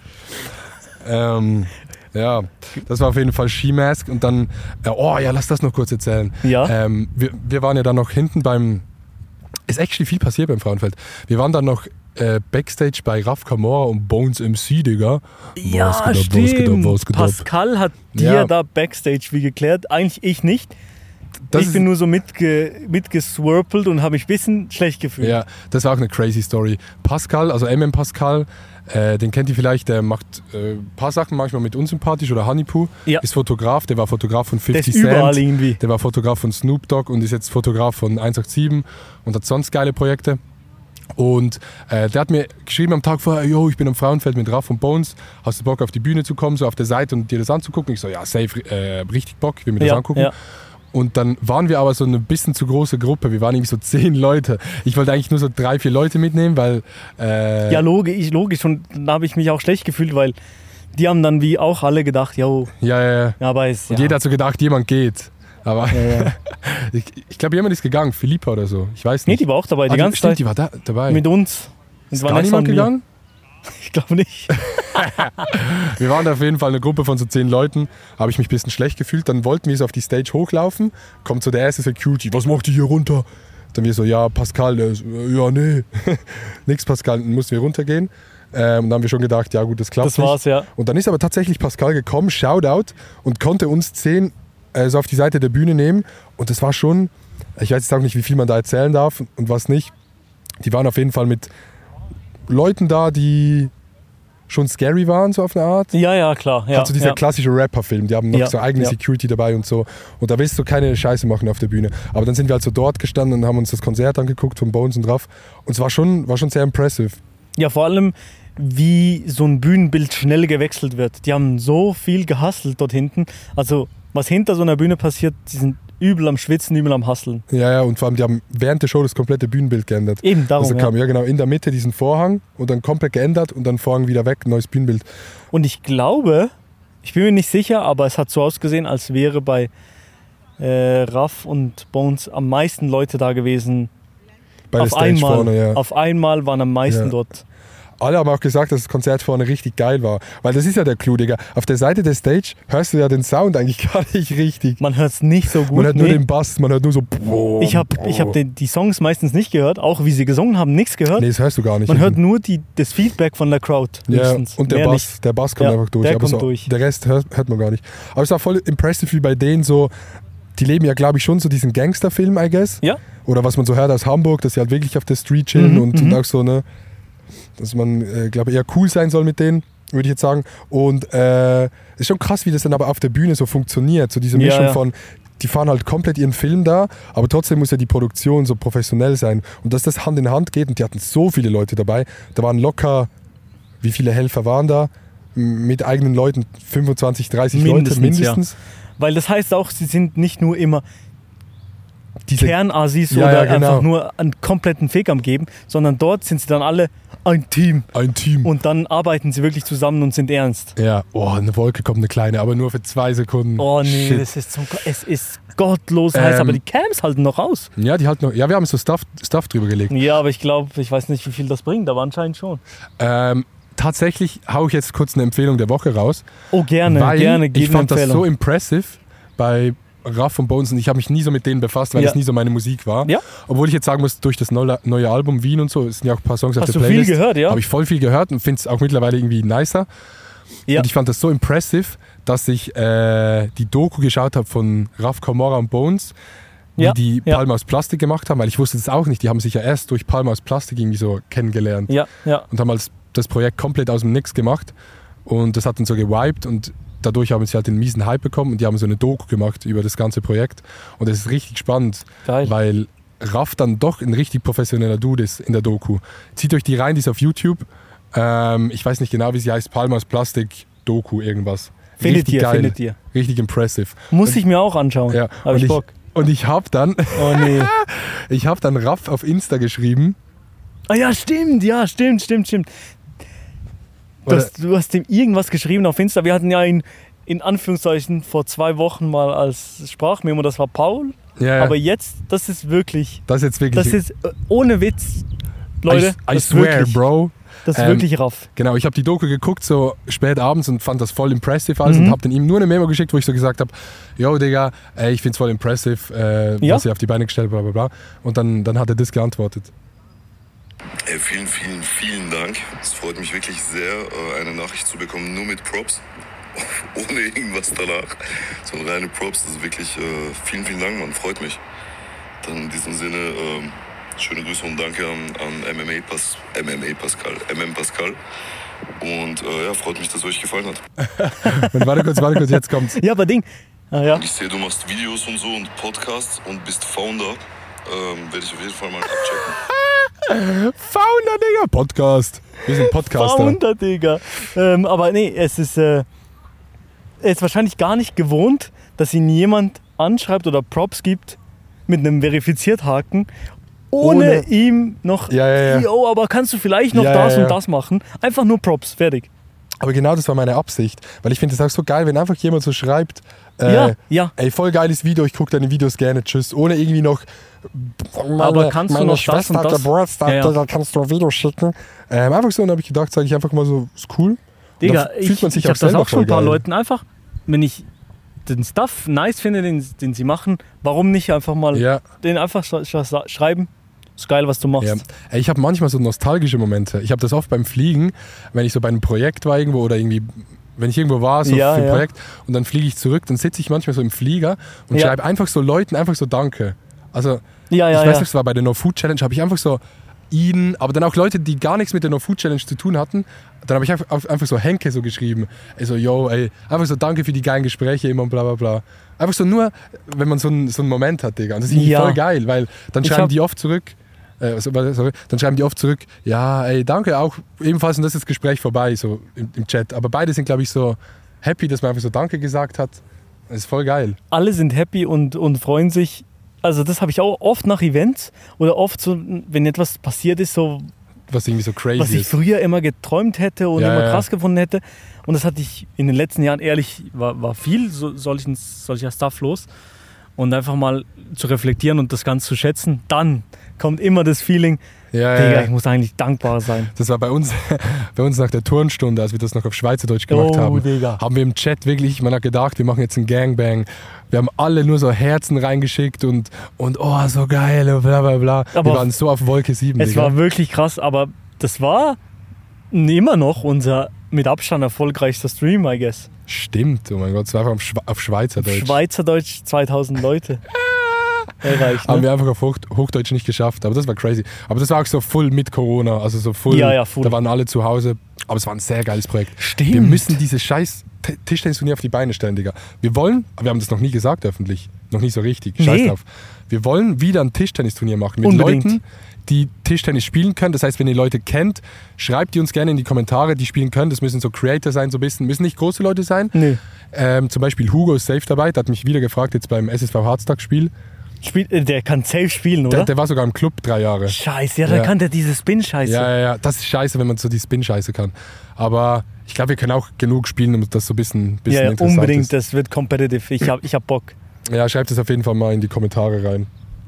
Ähm, ja, das war auf jeden Fall Skimask und dann, äh, oh ja, lass das noch kurz erzählen. ja. Ähm, wir, wir waren ja dann noch hinten beim, ist actually viel passiert beim Frauenfeld. Wir waren dann noch äh, Backstage bei Raf Camora und Bones M C, Digga. Ja, Was geht ab, was stimmt. geht ab, was geht ab? Pascal hat dir Ja. da Backstage wie geklärt. Eigentlich ich nicht. Das ich ist- bin nur so mitge mitgeswirpelt und habe mich ein bisschen schlecht gefühlt. Ja, das war auch eine crazy Story. Pascal, also M M Pascal, äh, den kennt ihr vielleicht, der macht äh, ein paar Sachen manchmal mit unsympathisch oder Honeypoo. Ja. Ist Fotograf, der war Fotograf von Der fifty ist überall Cent. irgendwie. Der war Fotograf von Snoop Dogg und ist jetzt Fotograf von eins acht sieben und hat sonst geile Projekte. Und äh, der hat mir geschrieben am Tag vorher, yo, ich bin am Frauenfeld mit Raff und Bones, hast du Bock auf die Bühne zu kommen, so auf der Seite und dir das anzugucken? Ich so, ja, safe, äh, richtig Bock, ich will mir das Ja, angucken. ja. Und dann waren wir aber so eine bisschen zu große Gruppe, wir waren irgendwie so zehn Leute. Ich wollte eigentlich nur so drei, vier Leute mitnehmen, weil... Äh, ja, logisch, logisch. Und da habe ich mich auch schlecht gefühlt, weil die haben dann wie auch alle gedacht, yo, ja, ja, ja. ja, aber ist, Und ja. jeder hat so gedacht, jemand geht. Aber Ja, ja. ich, ich glaube, jemand ist gegangen, Philippa oder so, ich weiß Nee, nicht. die war auch dabei, Ah, die ganze stimmt, Zeit die war da, dabei. mit uns. ist war gar Vanessa niemand und mir. gegangen? Ich glaube nicht. Wir waren da auf jeden Fall eine Gruppe von so zehn Leuten, habe ich mich ein bisschen schlecht gefühlt. Dann wollten wir so auf die Stage hochlaufen, kommt so der erste Security, was macht ihr hier runter? Dann wir so, ja, Pascal, der so, ja, nee, nix Pascal, dann mussten wir runtergehen. Ähm, und dann haben wir schon gedacht, ja gut, das klappt Das war's, nicht. ja. Und dann ist aber tatsächlich Pascal gekommen, Shoutout, und konnte uns zehn äh, so auf die Seite der Bühne nehmen. Und das war schon, ich weiß jetzt auch nicht, wie viel man da erzählen darf und was nicht. Die waren auf jeden Fall mit Leuten da, die schon scary waren, so auf eine Art. Ja, ja, klar. Ja, Halt so dieser ja. klassische Rapper-Film, die haben noch Ja, so eigene ja. Security dabei und so. Und da willst du keine Scheiße machen auf der Bühne. Aber dann sind wir halt so dort gestanden und haben uns das Konzert angeguckt von Bones und Raff. Und es war schon, war schon sehr impressive. Ja, vor allem, wie so ein Bühnenbild schnell gewechselt wird. Die haben so viel gehustelt dort hinten. Also, was hinter so einer Bühne passiert, die sind übel am Schwitzen, übel am Hustlen. Ja, ja, und vor allem, die haben während der Show das komplette Bühnenbild geändert. Eben darum. Also ja. kam ja genau in der Mitte diesen Vorhang und dann komplett geändert und dann Vorhang wieder weg, neues Bühnenbild. Und ich glaube, ich bin mir nicht sicher, aber es hat so ausgesehen, als wäre bei äh, Raff und Bones am meisten Leute da gewesen. Bei der auf Stage einmal, vorne, ja. auf einmal waren am meisten Ja. dort. Alle haben auch gesagt, dass das Konzert vorne richtig geil war. Weil das ist ja der Clou, Digga. Auf der Seite der Stage hörst du ja den Sound eigentlich gar nicht richtig. Man hört es nicht so gut. Man hört nur nee. den Bass, man hört nur so... Ich habe ich hab die, die Songs meistens nicht gehört, auch wie sie gesungen haben, nichts gehört. Nee, das hörst du gar nicht. Man hört nur die, das Feedback von der Crowd. Ja, höchstens. und der Mehr Bass, nicht. der Bass kommt Ja, einfach durch. der aber kommt so, durch. Der Rest hört, hört man gar nicht. Aber es war voll impressive wie bei denen so, die leben ja glaube ich schon so diesen Gangsterfilm, I guess. Ja. Oder was man so hört aus Hamburg, dass sie halt wirklich auf der Street chillen Mhm, und, und mhm. auch so, ne, dass man, äh, glaube ich, eher cool sein soll mit denen, würde ich jetzt sagen. Und äh, es ist schon krass, wie das dann aber auf der Bühne so funktioniert. So diese Ja, Mischung ja. von, die fahren halt komplett ihren Film da, aber trotzdem muss ja die Produktion so professionell sein. Und dass das Hand in Hand geht und die hatten so viele Leute dabei. Da waren locker, wie viele Helfer waren da? M- Mit eigenen Leuten, fünfundzwanzig, dreißig Mindestens, Leute mindestens. Weil das heißt auch, sie sind nicht nur immer Diese, Kernassis Ja, oder ja, genau. einfach nur einen kompletten Fake am geben, sondern dort sind sie dann alle ein Team. ein Team. Und dann arbeiten sie wirklich zusammen und sind ernst. ja, oh, eine Wolke kommt, eine kleine, aber nur für zwei Sekunden. Oh nee, Shit. das ist zum, Go- es ist gottlos heiß, Ähm, aber die Cams halten noch aus. Ja, die halt noch, ja, wir haben so Stuff, Stuff drüber gelegt. Ja, aber ich glaube, ich weiß nicht, wie viel das bringt, aber anscheinend schon. Ähm, tatsächlich haue ich jetzt kurz eine Empfehlung der Woche raus. Oh, gerne, weil gerne. Ich fand das so impressive bei Raff und Bones und ich habe mich nie so mit denen befasst, weil Ja. das nie so meine Musik war. Ja. Obwohl ich jetzt sagen muss, durch das neue, neue Album Wien und so, es sind ja auch ein paar Songs auf Hast der du viel Playlist. gehört, ja? Habe ich voll viel gehört und finde es auch mittlerweile irgendwie nicer. Ja. Und ich fand das so impressive, dass ich äh, die Doku geschaut habe von Raff Camorra und Bones, wie Ja, die ja. Palme aus Plastik gemacht haben, weil ich wusste das auch nicht. Die haben sich ja erst durch Palme aus Plastik irgendwie so kennengelernt Ja, ja. und haben als das Projekt komplett aus dem Nix gemacht und das hat dann so gewiped und dadurch haben sie halt den miesen Hype bekommen und die haben so eine Doku gemacht über das ganze Projekt und es ist richtig spannend, Geil. weil Raff dann doch ein richtig professioneller Dude ist in der Doku. Zieht euch die rein, die ist auf YouTube. Ähm, ich weiß nicht genau, wie sie heißt, Palme aus Plastik Doku irgendwas. Findet Richtig ihr, geil, findet ihr. richtig impressive. Muss ich mir auch anschauen. Ja, Hab und ich ich, Bock. und ich habe dann, Oh nee. ich habe dann Raff auf Insta geschrieben. Ah ja, stimmt, ja, stimmt, stimmt, stimmt. Du Oder- hast, du hast ihm irgendwas geschrieben auf Insta. Wir hatten ja ihn in Anführungszeichen vor zwei Wochen mal als Sprachmemo, das war Paul. Ja, ja. Aber jetzt, das ist wirklich, Das ist jetzt wirklich. das ist äh, ohne Witz, Leute, I, I das ist swear, wirklich, Bro. das ist Ähm, wirklich raff. Genau, ich habe die Doku geguckt, so spät abends und fand das voll impressive alles Mhm. und habe dann ihm nur eine Memo geschickt, wo ich so gesagt habe, yo Digga, ey, ich find's voll impressive, äh, Ja. was ihr auf die Beine gestellt, bla bla bla. Und dann, dann hat er das geantwortet. Ey, vielen, vielen, vielen Dank. Es freut mich wirklich sehr, äh, eine Nachricht zu bekommen, nur mit Props, ohne irgendwas danach. So reine Props, das ist wirklich, äh, vielen, vielen Dank, man, freut mich. Dann in diesem Sinne, ähm, schöne Grüße und danke an, an M M A, Pas, M M A Pascal, M M Pascal. Und äh, ja, freut mich, dass es euch gefallen hat. Und warte kurz, warte kurz, jetzt kommt's. Ja, aber Ding, ah, ja. Und ich sehe, du machst Videos und so und Podcasts und bist Founder. Ähm, werde ich auf jeden Fall mal abchecken. Founder, Digga, Podcast. Wir sind Podcaster. Founder, Digga. Ähm, aber nee, es ist, äh, er ist wahrscheinlich gar nicht gewohnt, dass ihn jemand anschreibt oder Props gibt mit einem Verifiziert-Haken, ohne, Ohne- ihm noch, Ja, ja, ja. yo, aber kannst du vielleicht noch Ja, das ja, ja. und das machen? Einfach nur Props, fertig. Aber genau das war meine Absicht, weil ich finde es auch so geil, wenn einfach jemand so schreibt, äh, Ja, ja. ey, voll geiles Video, ich gucke deine Videos gerne, tschüss, ohne irgendwie noch meine, Aber kannst du meine noch das Schwester und hat das? Geburtstag, Ja, ja. Digga, kannst du ein Video schicken. Ähm, einfach so, und habe ich gedacht, sage ich einfach mal so, ist cool. Und Digga, da ich, fühlt man sich ich auch habe das selber auch schon ein voll paar geil. Leuten einfach, wenn ich den Stuff nice finde, den, den sie machen, warum nicht einfach mal Ja. den einfach sch sch schreiben? Ist geil, was du machst. Ja. Ey, ich habe manchmal so nostalgische Momente. Ich habe das oft beim Fliegen, wenn ich so bei einem Projekt war irgendwo oder irgendwie, wenn ich irgendwo war, so Ja, für ein ja. Projekt und dann fliege ich zurück, dann sitze ich manchmal so im Flieger und Ja. schreibe einfach so Leuten einfach so Danke. Also Ja, ja, ich weiß ja. nicht, es war bei der No Food Challenge, habe ich einfach so ihn, aber dann auch Leute, die gar nichts mit der No Food Challenge zu tun hatten, dann habe ich einfach, einfach so Henke so geschrieben. Also, yo, ey, einfach so danke für die geilen Gespräche immer und bla bla bla. Einfach so nur, wenn man so einen, so einen Moment hat, Digga. Und das ist irgendwie Ja. voll geil, weil dann Ich schreiben hab- die oft zurück, äh, so- sorry, dann schreiben die oft zurück, ja, ey, danke auch, ebenfalls, und das ist das Gespräch vorbei, so im, im Chat. Aber beide sind, glaube ich, so happy, dass man einfach so Danke gesagt hat. Das ist voll geil. Alle sind happy und, und freuen sich. Also das habe ich auch oft nach Events oder oft so, wenn etwas passiert ist, so Was irgendwie so crazy was ich ist. früher immer geträumt hätte und Ja, immer ja. krass gefunden hätte. Und das hatte ich in den letzten Jahren ehrlich, war, war viel so, solchen, solcher Stuff los. Und einfach mal zu reflektieren und das Ganze zu schätzen, dann kommt immer das Feeling, Ja, Digga, ja, ich ja. muss eigentlich dankbar sein. Das war bei uns, bei uns nach der Turnstunde, als wir das noch auf Schweizerdeutsch gemacht Oh, haben, Digga. haben wir im Chat wirklich, man hat gedacht, wir machen jetzt einen Gangbang. Wir haben alle nur so Herzen reingeschickt und, und oh, so geil, und bla bla bla. Aber wir waren so auf Wolke sieben, Es Digga. war wirklich krass, aber das war immer noch unser mit Abstand erfolgreichster Stream, I guess. Stimmt, oh mein Gott, es war einfach auf, Schwe auf Schweizerdeutsch. Schweizerdeutsch, zweitausend Leute. Erreicht, Haben ne? wir einfach auf Hoch Hochdeutsch nicht geschafft, aber das war crazy. Aber das war auch so full mit Corona, also so full, Ja, ja, full. da waren alle zu Hause. Aber es war ein sehr geiles Projekt. Stimmt. Wir müssen diese scheiß T- Tischtennisturnier auf die Beine stellen, Digga. Wir wollen, aber wir haben das noch nie gesagt öffentlich, noch nie so richtig, scheiß Nee. drauf. Wir wollen wieder ein Tischtennisturnier machen mit Unbedingt. Leuten, die Tischtennis spielen können. Das heißt, wenn ihr Leute kennt, schreibt die uns gerne in die Kommentare, die spielen können. Das müssen so Creator sein, so ein bisschen, müssen nicht große Leute sein. Nö. Ähm, zum Beispiel Hugo ist safe dabei, der hat mich wieder gefragt, jetzt beim S S V Harztag-Spiel. Spiel, äh, der kann safe spielen, oder? Der, der war sogar im Club drei Jahre. Scheiße, ja, dann Ja. kann der diese Spin-Scheiße. Ja, ja, ja, das ist scheiße, wenn man so die Spin-Scheiße kann. Aber ich glaube, wir können auch genug spielen, um das so ein bisschen, bisschen ja, ja, interessant unbedingt, ist. das wird competitive. Ich hab, ich hab Bock. Ja, schreibt es auf jeden Fall mal in die Kommentare rein.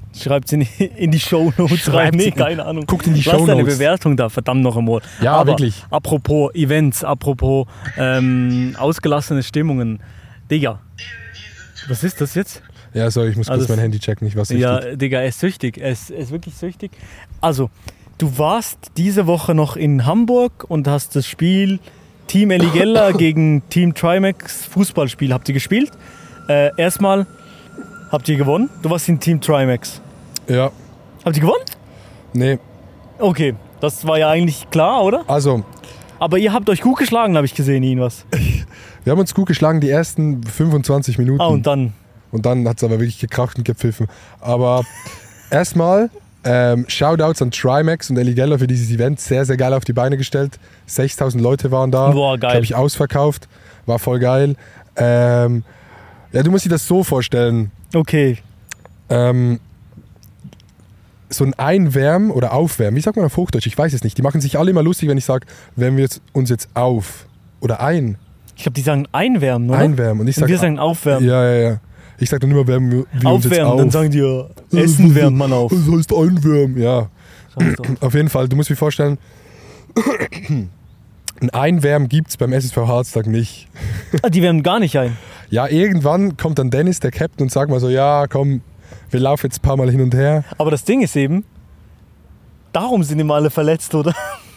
Schreibt in, in die Shownotes rein. Nee, keine Ahnung. Guckt in die Lass Shownotes. deine Bewertung da, verdammt noch einmal. Ja, Aber wirklich. Apropos Events, apropos ähm, ausgelassene Stimmungen. Digga, was ist das jetzt? Ja, sorry, ich muss kurz Also, mein Handy checken, ich war süchtig. Ja, Digga, er ist süchtig. Er ist, er ist wirklich süchtig. Also, du warst diese Woche noch in Hamburg und hast das Spiel Team Eligella gegen Team Trimax Fußballspiel habt ihr gespielt. Äh, erstmal habt ihr gewonnen. Du warst in Team Trimax. Ja, Habt ihr gewonnen? nee, Okay, das war ja eigentlich klar, oder? also, Aber ihr habt euch gut geschlagen, habe ich gesehen, irgendwas. wir haben uns gut geschlagen die ersten fünfundzwanzig Minuten. Ah, und dann. Und dann hat es aber wirklich gekracht und gepfiffen. Aber erstmal ähm, Shoutouts an Trimax und Eligella für dieses Event. Sehr, sehr geil auf die Beine gestellt. sechstausend Leute waren da. Boah, geil. Glaube ich, ausverkauft. War voll geil. Ähm, ja, du musst dir das so vorstellen. Okay. Ähm, so ein Einwärmen oder Aufwärmen. Wie sagt man auf Hochdeutsch? Ich weiß es nicht. Die machen sich alle immer lustig, wenn ich sage, wärmen wir jetzt uns jetzt auf. Oder ein. Ich glaube, die sagen einwärmen, oder? Einwärmen. Und ich Und sage, wir sagen aufwärmen. ja, ja, ja. Ich sage dann immer, wärmen wir, wir uns jetzt Aufwärmen, auf. dann sagen die ja, Essen wärmt man auf. Das heißt einwärmen, ja. Sag's doch. Auf jeden Fall, du musst dir vorstellen, ein Einwärmen gibt es beim S S V Harztag nicht. Ah, die wärmen gar nicht ein. Ja, irgendwann kommt dann Dennis, der Captain, und sagt mal so, ja, komm, wir laufen jetzt ein paar Mal hin und her. Aber das Ding ist eben, darum sind immer alle verletzt, oder?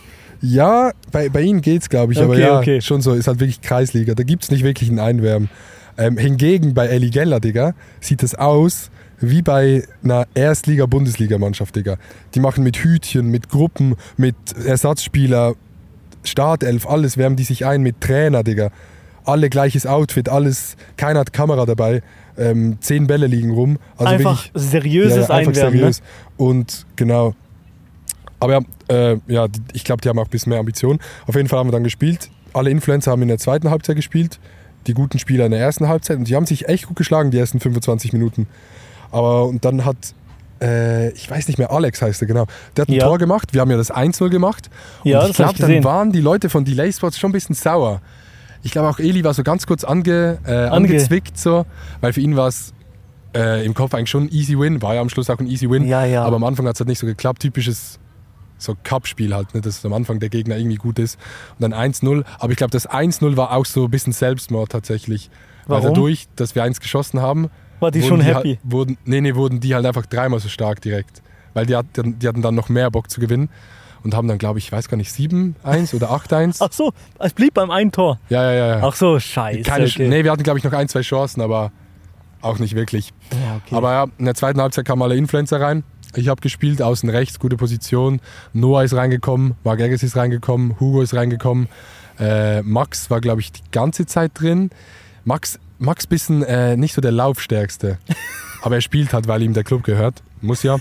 Ja, bei, bei ihnen geht's, glaube ich, aber Okay, ja, okay. schon so, ist halt wirklich Kreisliga. Da gibt es nicht wirklich ein Einwärmen. Ähm, hingegen bei Eligella, Digga, sieht es aus wie bei einer Erstliga-Bundesliga-Mannschaft, Digga. Die machen mit Hütchen, mit Gruppen, mit Ersatzspieler, Startelf, alles wärmen die sich ein mit Trainer, Digga. Alle gleiches Outfit, alles, keiner hat Kamera dabei, ähm, zehn Bälle liegen rum. Also Einfach wirklich, seriöses ja, ja, einfach Einwärmen. seriös. Und genau. Aber ja, äh, ja die- ich glaube, die haben auch ein bisschen mehr Ambitionen. Auf jeden Fall haben wir dann gespielt. Alle Influencer haben in der zweiten Halbzeit gespielt, die guten Spieler in der ersten Halbzeit. Und die haben sich echt gut geschlagen, die ersten fünfundzwanzig Minuten. Aber und dann hat, äh, ich weiß nicht mehr, Alex heißt er, genau. Der hat ein Ja. Tor gemacht, wir haben ja das eins null gemacht. Ja, und das ich hab ich glaube, dann gesehen. waren die Leute von Delay Sports schon ein bisschen sauer. Ich glaube auch Eli war so ganz kurz ange, äh, angezwickt, so, weil für ihn war es äh, im Kopf eigentlich schon ein Easy Win, war ja am Schluss auch ein Easy Win, Ja, ja. aber am Anfang hat es halt nicht so geklappt, typisches so Cup-Spiel halt, ne, dass am Anfang der Gegner irgendwie gut ist und dann eins null, aber ich glaube das eins null war auch so ein bisschen Selbstmord tatsächlich, Warum? weil dadurch, dass wir eins geschossen haben, War die wurden schon die happy? Halt, wurden, nee, nee, wurden die halt einfach dreimal so stark direkt, weil die, hat, die hatten dann noch mehr Bock zu gewinnen und haben dann, glaube ich, ich weiß gar nicht, sieben eins oder acht eins. Ach so, es blieb beim einen Tor. Ja, ja, ja. ja. Ach so, scheiße. Keine, okay. Nee, wir hatten, glaube ich, noch ein, zwei Chancen, aber auch nicht wirklich. Ja, okay. Aber ja, in der zweiten Halbzeit kamen alle Influencer rein. Ich habe gespielt, außen rechts, gute Position. Noah ist reingekommen, Marc Egges ist reingekommen, Hugo ist reingekommen. Äh, Max war, glaube ich, die ganze Zeit drin. Max, Max bisschen äh, nicht so der Laufstärkste. Aber er spielt halt, weil ihm der Club gehört. Muss ja.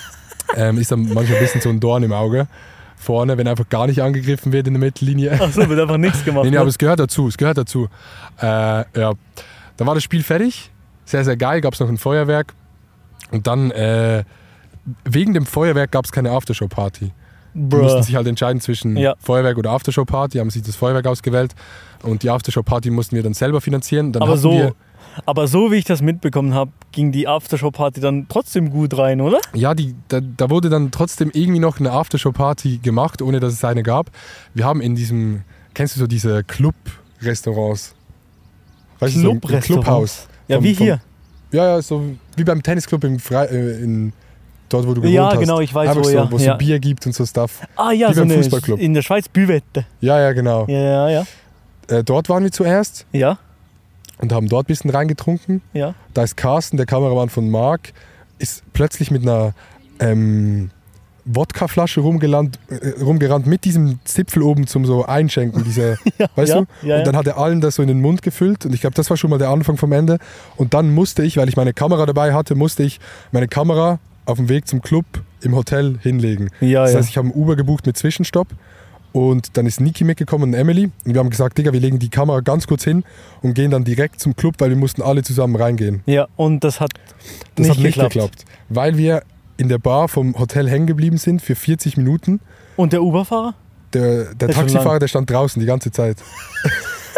Ähm, ist dann manchmal ein bisschen so ein Dorn im Auge. Vorne, wenn einfach gar nicht angegriffen wird in der Mittellinie. Ach so, wird einfach nichts gemacht. Nee, nee, ne? aber es gehört dazu, es gehört dazu. Äh, ja. Dann war das Spiel fertig, sehr, sehr geil, gab es noch ein Feuerwerk und dann, äh, wegen dem Feuerwerk gab es keine Aftershow-Party. Die mussten Bruh. sich halt entscheiden zwischen Ja. Feuerwerk oder Aftershow-Party, haben sich das Feuerwerk ausgewählt und die Aftershow-Party mussten wir dann selber finanzieren. Dann Aber hatten so, wir, aber so wie ich das mitbekommen habe, ging die Aftershow-Party dann trotzdem gut rein, oder? ja, die, da, da wurde dann trotzdem irgendwie noch eine Aftershow-Party gemacht, ohne dass es eine gab. Wir haben in diesem, kennst du so diese Club-Restaurants? Weißt du, so ein- ein Club-Restaurants? Clubhaus. Ja, Vom- wie vom- hier. Ja, ja, so wie beim Tennisclub im Fre äh, in dort, wo du gewohnt Ja, hast. genau, ich weiß, Einfach wo, so, ja, wo es ja. so Bier gibt und so Stuff. Ah ja, Wie so beim eine, Fußballclub. in der Schweiz Büvette. Ja, ja, genau. Ja, ja, ja. Äh, dort waren wir zuerst Ja, und haben dort ein bisschen reingetrunken. ja. Da ist Carsten, der Kameramann von Marc, ist plötzlich mit einer ähm, Wodkaflasche rumgerannt, äh, rumgerannt mit diesem Zipfel oben zum so Einschenken. Diese, Ja, weißt ja, du? ja, Und dann hat er allen das so in den Mund gefüllt und ich glaube, das war schon mal der Anfang vom Ende. Und dann musste ich, weil ich meine Kamera dabei hatte, musste ich meine Kamera auf dem Weg zum Club im Hotel hinlegen. Ja, das ja. heißt, ich habe einen Uber gebucht mit Zwischenstopp und dann ist Niki mitgekommen und Emily und wir haben gesagt, Digga, wir legen die Kamera ganz kurz hin und gehen dann direkt zum Club, weil wir mussten alle zusammen reingehen. Ja, und das hat Das nicht hat nicht geklappt. geklappt, weil wir in der Bar vom Hotel hängen geblieben sind für vierzig Minuten. Und der Uberfahrer? Der, der Ist schon Taxifahrer, lang. der stand draußen die ganze Zeit.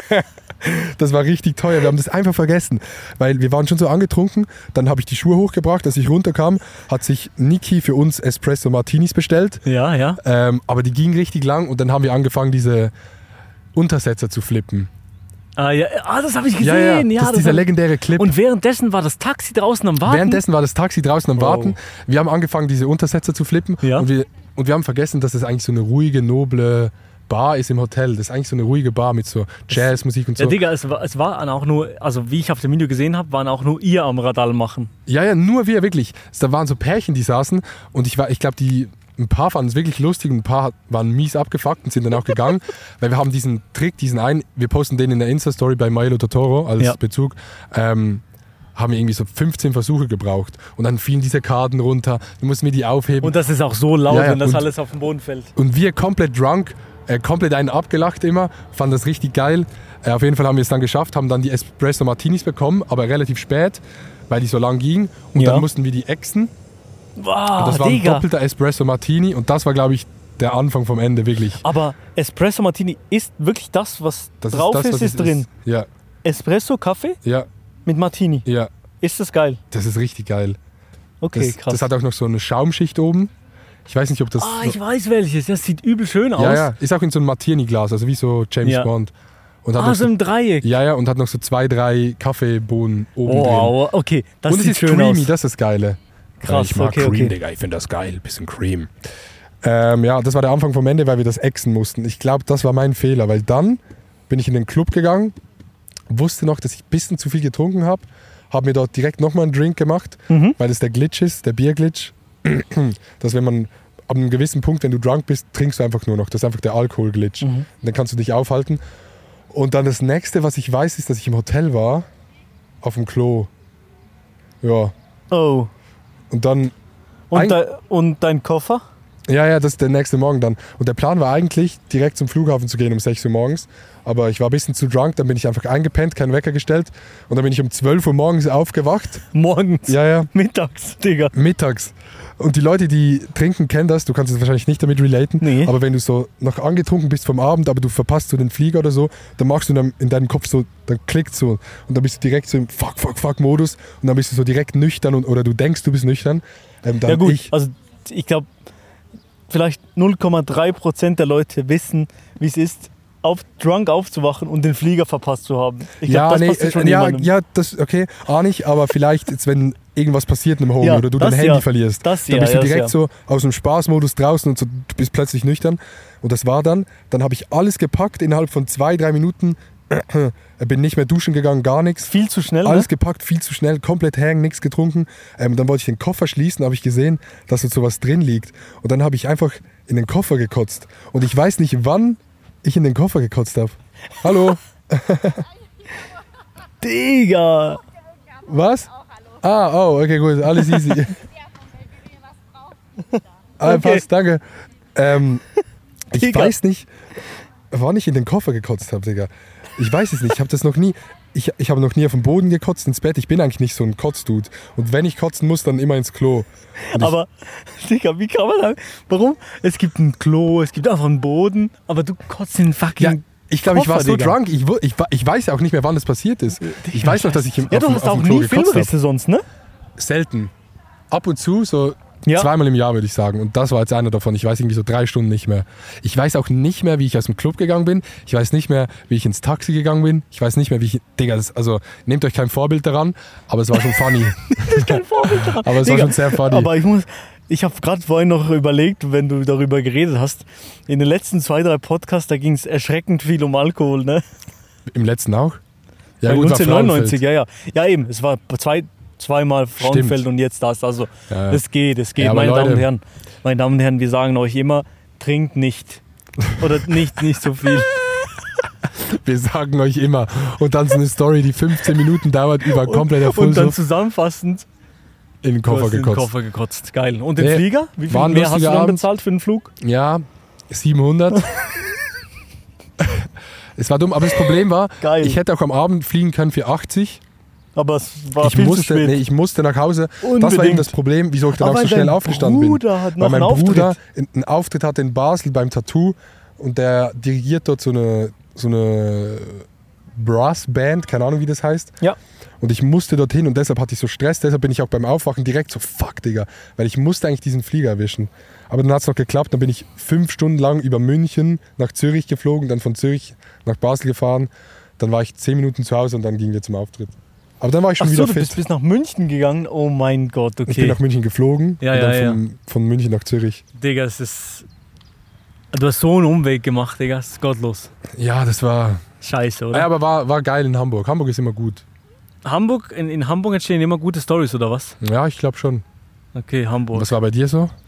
Das war richtig teuer, wir haben das einfach vergessen, weil wir waren schon so angetrunken, dann habe ich die Schuhe hochgebracht, als ich runterkam, hat sich Niki für uns Espresso Martinis bestellt, Ja, ja. ähm, aber die gingen richtig lang und dann haben wir angefangen, diese Untersetzer zu flippen. Ah, ja. ah das habe ich gesehen. Ja, ja, Ja, das ist dieser hab- legendäre Clip. Und währenddessen war das Taxi draußen am Warten. Währenddessen war das Taxi draußen am Wow. Warten, wir haben angefangen, diese Untersetzer zu flippen Ja. und, wir, und wir haben vergessen, dass es eigentlich so eine ruhige, noble Bar ist im Hotel. Das ist eigentlich so eine ruhige Bar mit so Jazzmusik und so. Ja, Digga, es war, es waren auch nur, also wie ich auf dem Video gesehen habe, waren auch nur ihr am Radal machen. Ja, ja, nur wir, wirklich. Da waren so Pärchen, die saßen und ich, war- ich glaube, die ein paar fanden es wirklich lustig und ein paar waren mies abgefuckt und sind dann auch gegangen, weil wir haben diesen Trick, diesen einen, wir posten den in der Insta-Story bei Milo Totoro als Ja. Bezug, ähm, haben wir irgendwie so fünfzehn Versuche gebraucht und dann fielen diese Karten runter, du musst mir die aufheben Und das ist auch so laut, Ja, ja, wenn das und- alles auf den Boden fällt. und wir komplett drunk, äh, komplett einen abgelacht immer, fanden das richtig geil. Äh, auf jeden Fall haben wir es dann geschafft, haben dann die Espresso Martinis bekommen, aber relativ spät, weil die so lang gingen und Ja. dann mussten wir die exen. Wow, Das war ein Digga. doppelter Espresso Martini und das war, glaube ich, der Anfang vom Ende, wirklich. Aber Espresso Martini ist wirklich das, was Das drauf das, ist, was ist, es drin. Ja, Espresso, Kaffee ja, mit Martini. ja. Ist das geil? Das ist richtig geil. Okay, Das, krass. das hat auch noch so eine Schaumschicht oben. Ich weiß nicht, ob das... ah, so, ich weiß welches. Das sieht übel schön aus. ja, ja, ist auch in so einem Martini-Glas, also wie so James Ja. Bond. Und hat Ah, noch so so, im Dreieck. ja, ja, und hat noch so zwei, drei Kaffeebohnen oben drin. Wow, okay. Das und es sieht ist schön creamy, aus. das ist das Geile. Krass, ja, ich mag okay, Cream, okay. Digga, ich finde das geil. Bisschen Cream. Ähm, ja, das war der Anfang vom Ende, weil wir das exen mussten. Ich glaube, das war mein Fehler, weil dann bin ich in den Club gegangen, wusste noch, dass ich ein bisschen zu viel getrunken habe, habe mir dort direkt nochmal einen Drink gemacht, Mhm. weil das der Glitch ist, der Bierglitch. Dass wenn man ab einem gewissen Punkt, wenn du drunk bist, trinkst du einfach nur noch. Das ist einfach der Alkohol-Glitch. Mhm. Und dann kannst du dich aufhalten. Und dann das nächste, was ich weiß, ist, dass ich im Hotel war, auf dem Klo. Ja. Oh. Und dann, Und, Ein- de und dein Koffer? ja, ja, das ist der nächste Morgen dann. Und der Plan war eigentlich, direkt zum Flughafen zu gehen um sechs Uhr morgens. Aber ich war ein bisschen zu drunk, dann bin ich einfach eingepennt, keinen Wecker gestellt. Und dann bin ich um zwölf Uhr morgens aufgewacht. Morgens. Ja, ja, Mittags, Digga. mittags. Und die Leute, die trinken, kennen das. Du kannst es wahrscheinlich nicht damit relaten. Nee. Aber wenn du so noch angetrunken bist vom Abend, aber du verpasst so den Flieger oder so, dann machst du in deinem, in deinem Kopf so, dann klickt so. Und dann bist du direkt so im Fuck, Fuck, Fuck-Modus. Und dann bist du so direkt nüchtern und, oder du denkst, du bist nüchtern. Ähm, dann Ja gut, ich, also ich glaube, vielleicht null Komma drei Prozent der Leute wissen, wie es ist, auf, drunk aufzuwachen und den Flieger verpasst zu haben. Ich ja, glaub, das nee, passiert schon äh, ja, jemandem. ja, das, okay, auch nicht, aber vielleicht, jetzt, wenn irgendwas passiert einem Homie Ja, oder du dein das Handy ja. verlierst, Das dann ja, bist ja, du das direkt ja. so aus dem Spaßmodus draußen und so, du bist plötzlich nüchtern. Und das war dann, dann habe ich alles gepackt innerhalb von zwei, drei Minuten, bin nicht mehr duschen gegangen, gar nichts. Viel zu schnell, Alles ne? gepackt, viel zu schnell, komplett hängen, nichts getrunken. Ähm, dann wollte ich den Koffer schließen, habe ich gesehen, dass dort sowas drin liegt. Und dann habe ich einfach in den Koffer gekotzt. Und ich weiß nicht, wann ich in den Koffer gekotzt habe. Hallo? Digga! Was? Ah, oh, okay, gut, alles easy. Ah, Okay. passt, danke. Ähm, ich Digga. weiß nicht, wann ich in den Koffer gekotzt habe, Digga. Ich weiß es nicht, ich habe das noch nie... Ich, ich habe noch nie auf dem Boden gekotzt ins Bett. Ich bin eigentlich nicht so ein Kotzdude. Und wenn ich kotzen muss, dann immer ins Klo. Und ich, Aber, Digga, wie kann man da... Warum? Es gibt ein Klo, es gibt einfach einen Boden, aber du kotzt in den fucking... ja, ich glaube, ich war Koffer, so Digga. drunk. Ich, wu- ich, wa- ich weiß ja auch nicht mehr, wann das passiert ist. Ich weiß noch, dass ich im, Ja, auf, du dem- hast auf auch dem Klo nie gekotzt habe. Filmrisse sonst, ne? Selten. Ab und zu, so Ja. zweimal im Jahr würde ich sagen. Und das war jetzt einer davon. Ich weiß irgendwie so drei Stunden nicht mehr. Ich weiß auch nicht mehr, wie ich aus dem Club gegangen bin. Ich weiß nicht mehr, wie ich ins Taxi gegangen bin. Ich weiß nicht mehr, wie ich... Digga, das, also nehmt euch kein Vorbild daran, aber es war schon funny. Kein Vorbild daran. Aber es war Digga, schon sehr funny. Aber ich muss... Ich habe gerade vorhin noch überlegt, wenn du darüber geredet hast, in den letzten zwei, drei Podcasts, da ging es erschreckend viel um Alkohol, ne? Im letzten auch? Ja, Weil gut, war neunzehnhundertneunundneunzig, Frauenfeld. ja, ja. Ja, eben, es war zwei, zweimal Frauenfeld Stimmt. und jetzt das. Also, Ja, ja. es geht, es geht. Ja, aber meine Damen Leute- und Herren, meine Damen und Herren, wir sagen euch immer, trinkt nicht. Oder nicht, nicht so viel. Wir sagen euch immer. Und dann so eine Story, die fünfzehn Minuten dauert, über kompletter Und dann Fullsuff zusammenfassend, in den du Koffer hast in den gekotzt. Koffer gekotzt. Geil. Und den Nee, Flieger? Wie viel war ein mehr hast du lustiger dann Abend. bezahlt für den Flug? Ja, siebenhundert. Es war dumm, aber das Problem war, Geil. ich hätte auch am Abend fliegen können für achtzig. Aber es war Ich viel musste, zu spät. nee, ich musste nach Hause. Das war eben Unbedingt. das Problem, wieso ich dann Aber auch so dein schnell aufgestanden Bruder bin. hat noch Weil mein einen Bruder Auftritt. einen Auftritt hatte in Basel beim Tattoo und der dirigiert dort so eine, so eine Brass Band, keine Ahnung, wie das heißt. Ja. Und ich musste dorthin und deshalb hatte ich so Stress. Deshalb bin ich auch beim Aufwachen direkt so, fuck, Digga. Weil ich musste eigentlich diesen Flieger erwischen. Aber dann hat es noch geklappt. Dann bin ich fünf Stunden lang über München nach Zürich geflogen, dann von Zürich nach Basel gefahren. Dann war ich zehn Minuten zu Hause und dann gingen wir zum Auftritt. Aber dann war ich schon Ach wieder so, du fit. bist bis nach München gegangen? Oh mein Gott, okay. Ich bin nach München geflogen Ja, und ja, dann ja. von, von München nach Zürich. Digga, es ist... Du hast so einen Umweg gemacht, Digga. Es ist gottlos. Ja, das war... Scheiße, oder? Ja, aber war, war geil in Hamburg. Hamburg ist immer gut. Hamburg, in, in Hamburg entstehen immer gute Stories, oder was? Ja, ich glaube schon. Okay, Hamburg. Was war bei dir so?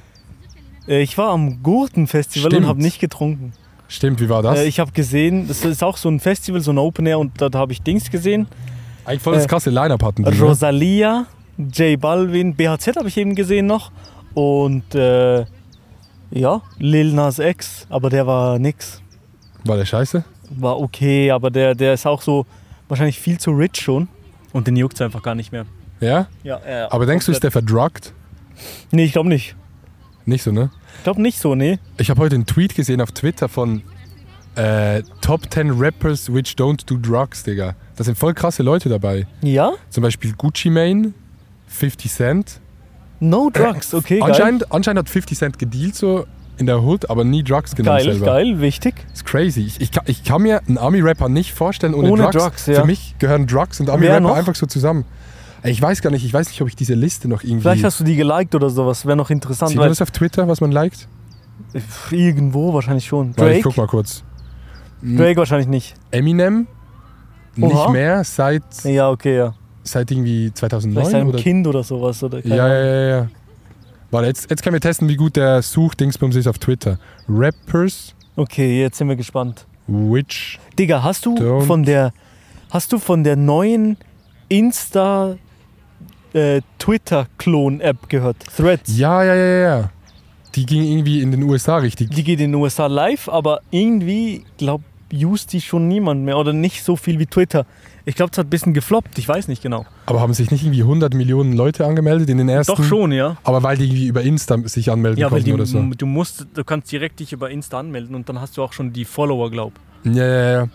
Äh, Ich war am Gurtenfestival Stimmt. und habe nicht getrunken. Stimmt, wie war das? Äh, Ich habe gesehen, das ist auch so ein Festival, so ein Open Air, und da habe ich Dings gesehen. Eigentlich voll das äh, krasse Line-Up hatten die. Ne? Rosalia, J Balvin, B H Z habe ich eben gesehen noch. Und äh, ja, Lil Nas X, aber der war nix. War der scheiße? War okay, aber der, der ist auch so wahrscheinlich viel zu rich schon. Und den juckt's einfach gar nicht mehr. Ja? Ja, ja. Aber denkst du, ist der verdruckt? Nee, ich glaube nicht. Nicht so, ne? Ich glaube nicht so, nee. Ich habe heute einen Tweet gesehen auf Twitter von äh, Top zehn Rappers which don't do drugs, Digga. Da sind voll krasse Leute dabei. Ja? Zum Beispiel Gucci Mane, fifty Cent. No drugs, okay, geil. Anscheinend, anscheinend hat fifty Cent gedealt so in der Hood, aber nie Drugs genommen Geil, selber. geil, wichtig. Das ist crazy. Ich, ich, kann, ich kann mir einen Army-Rapper nicht vorstellen ohne, Ohne Drugs. Drugs, ja. Für mich gehören Drugs und Wer Army-Rapper noch? einfach so zusammen. Ey, Ich weiß gar nicht, ich weiß nicht, ob ich diese Liste noch irgendwie... Vielleicht hast du die geliked oder sowas, wäre noch interessant. Sieht man Weil das auf Twitter, was man liked? irgendwo wahrscheinlich schon. Warte, ich Drake? guck mal kurz. Drake wahrscheinlich nicht. Eminem, nicht Oha. mehr, seit, Ja, okay, ja. seit irgendwie Vielleicht zweitausendneun sein oder... Kind oder sowas. Oder keine Ja, ja, Ahnung. ja, ja. Warte, jetzt, jetzt können wir testen, wie gut der Suchdingsbums ist auf Twitter. Rappers, Okay, jetzt sind wir gespannt. which... Digga, hast du Don't. von der hast du von der neuen Insta äh, Twitter-Klon-App gehört? Threads. Ja, ja, ja, ja. Die ging irgendwie in den U S A richtig. Die geht in den U S A live, aber irgendwie, glaub, used die schon niemand mehr oder nicht so viel wie Twitter. Ich glaube, es hat ein bisschen gefloppt, ich weiß nicht genau. Aber haben sich nicht irgendwie hundert Millionen Leute angemeldet in den ersten? Doch schon, ja. Aber weil die irgendwie über Insta sich anmelden Ja, weil konnten die, oder so. du musst, du kannst direkt dich über Insta anmelden und dann hast du auch schon die Follower, glaub. Ja, ja, ja.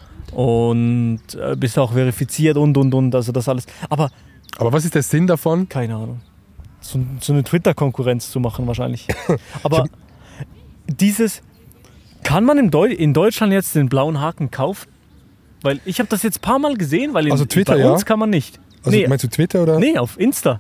Und äh, bist auch verifiziert und und und, also das alles. Aber Aber was ist der Sinn davon? keine Ahnung. So, so eine Twitter-Konkurrenz zu machen wahrscheinlich. Aber dieses, kann man im Deu in Deutschland jetzt den blauen Haken kaufen? Weil ich habe das jetzt ein paar Mal gesehen, weil in, Also Twitter, bei ja. uns kann man nicht. Also nee, meinst du Twitter oder? nee, auf Insta.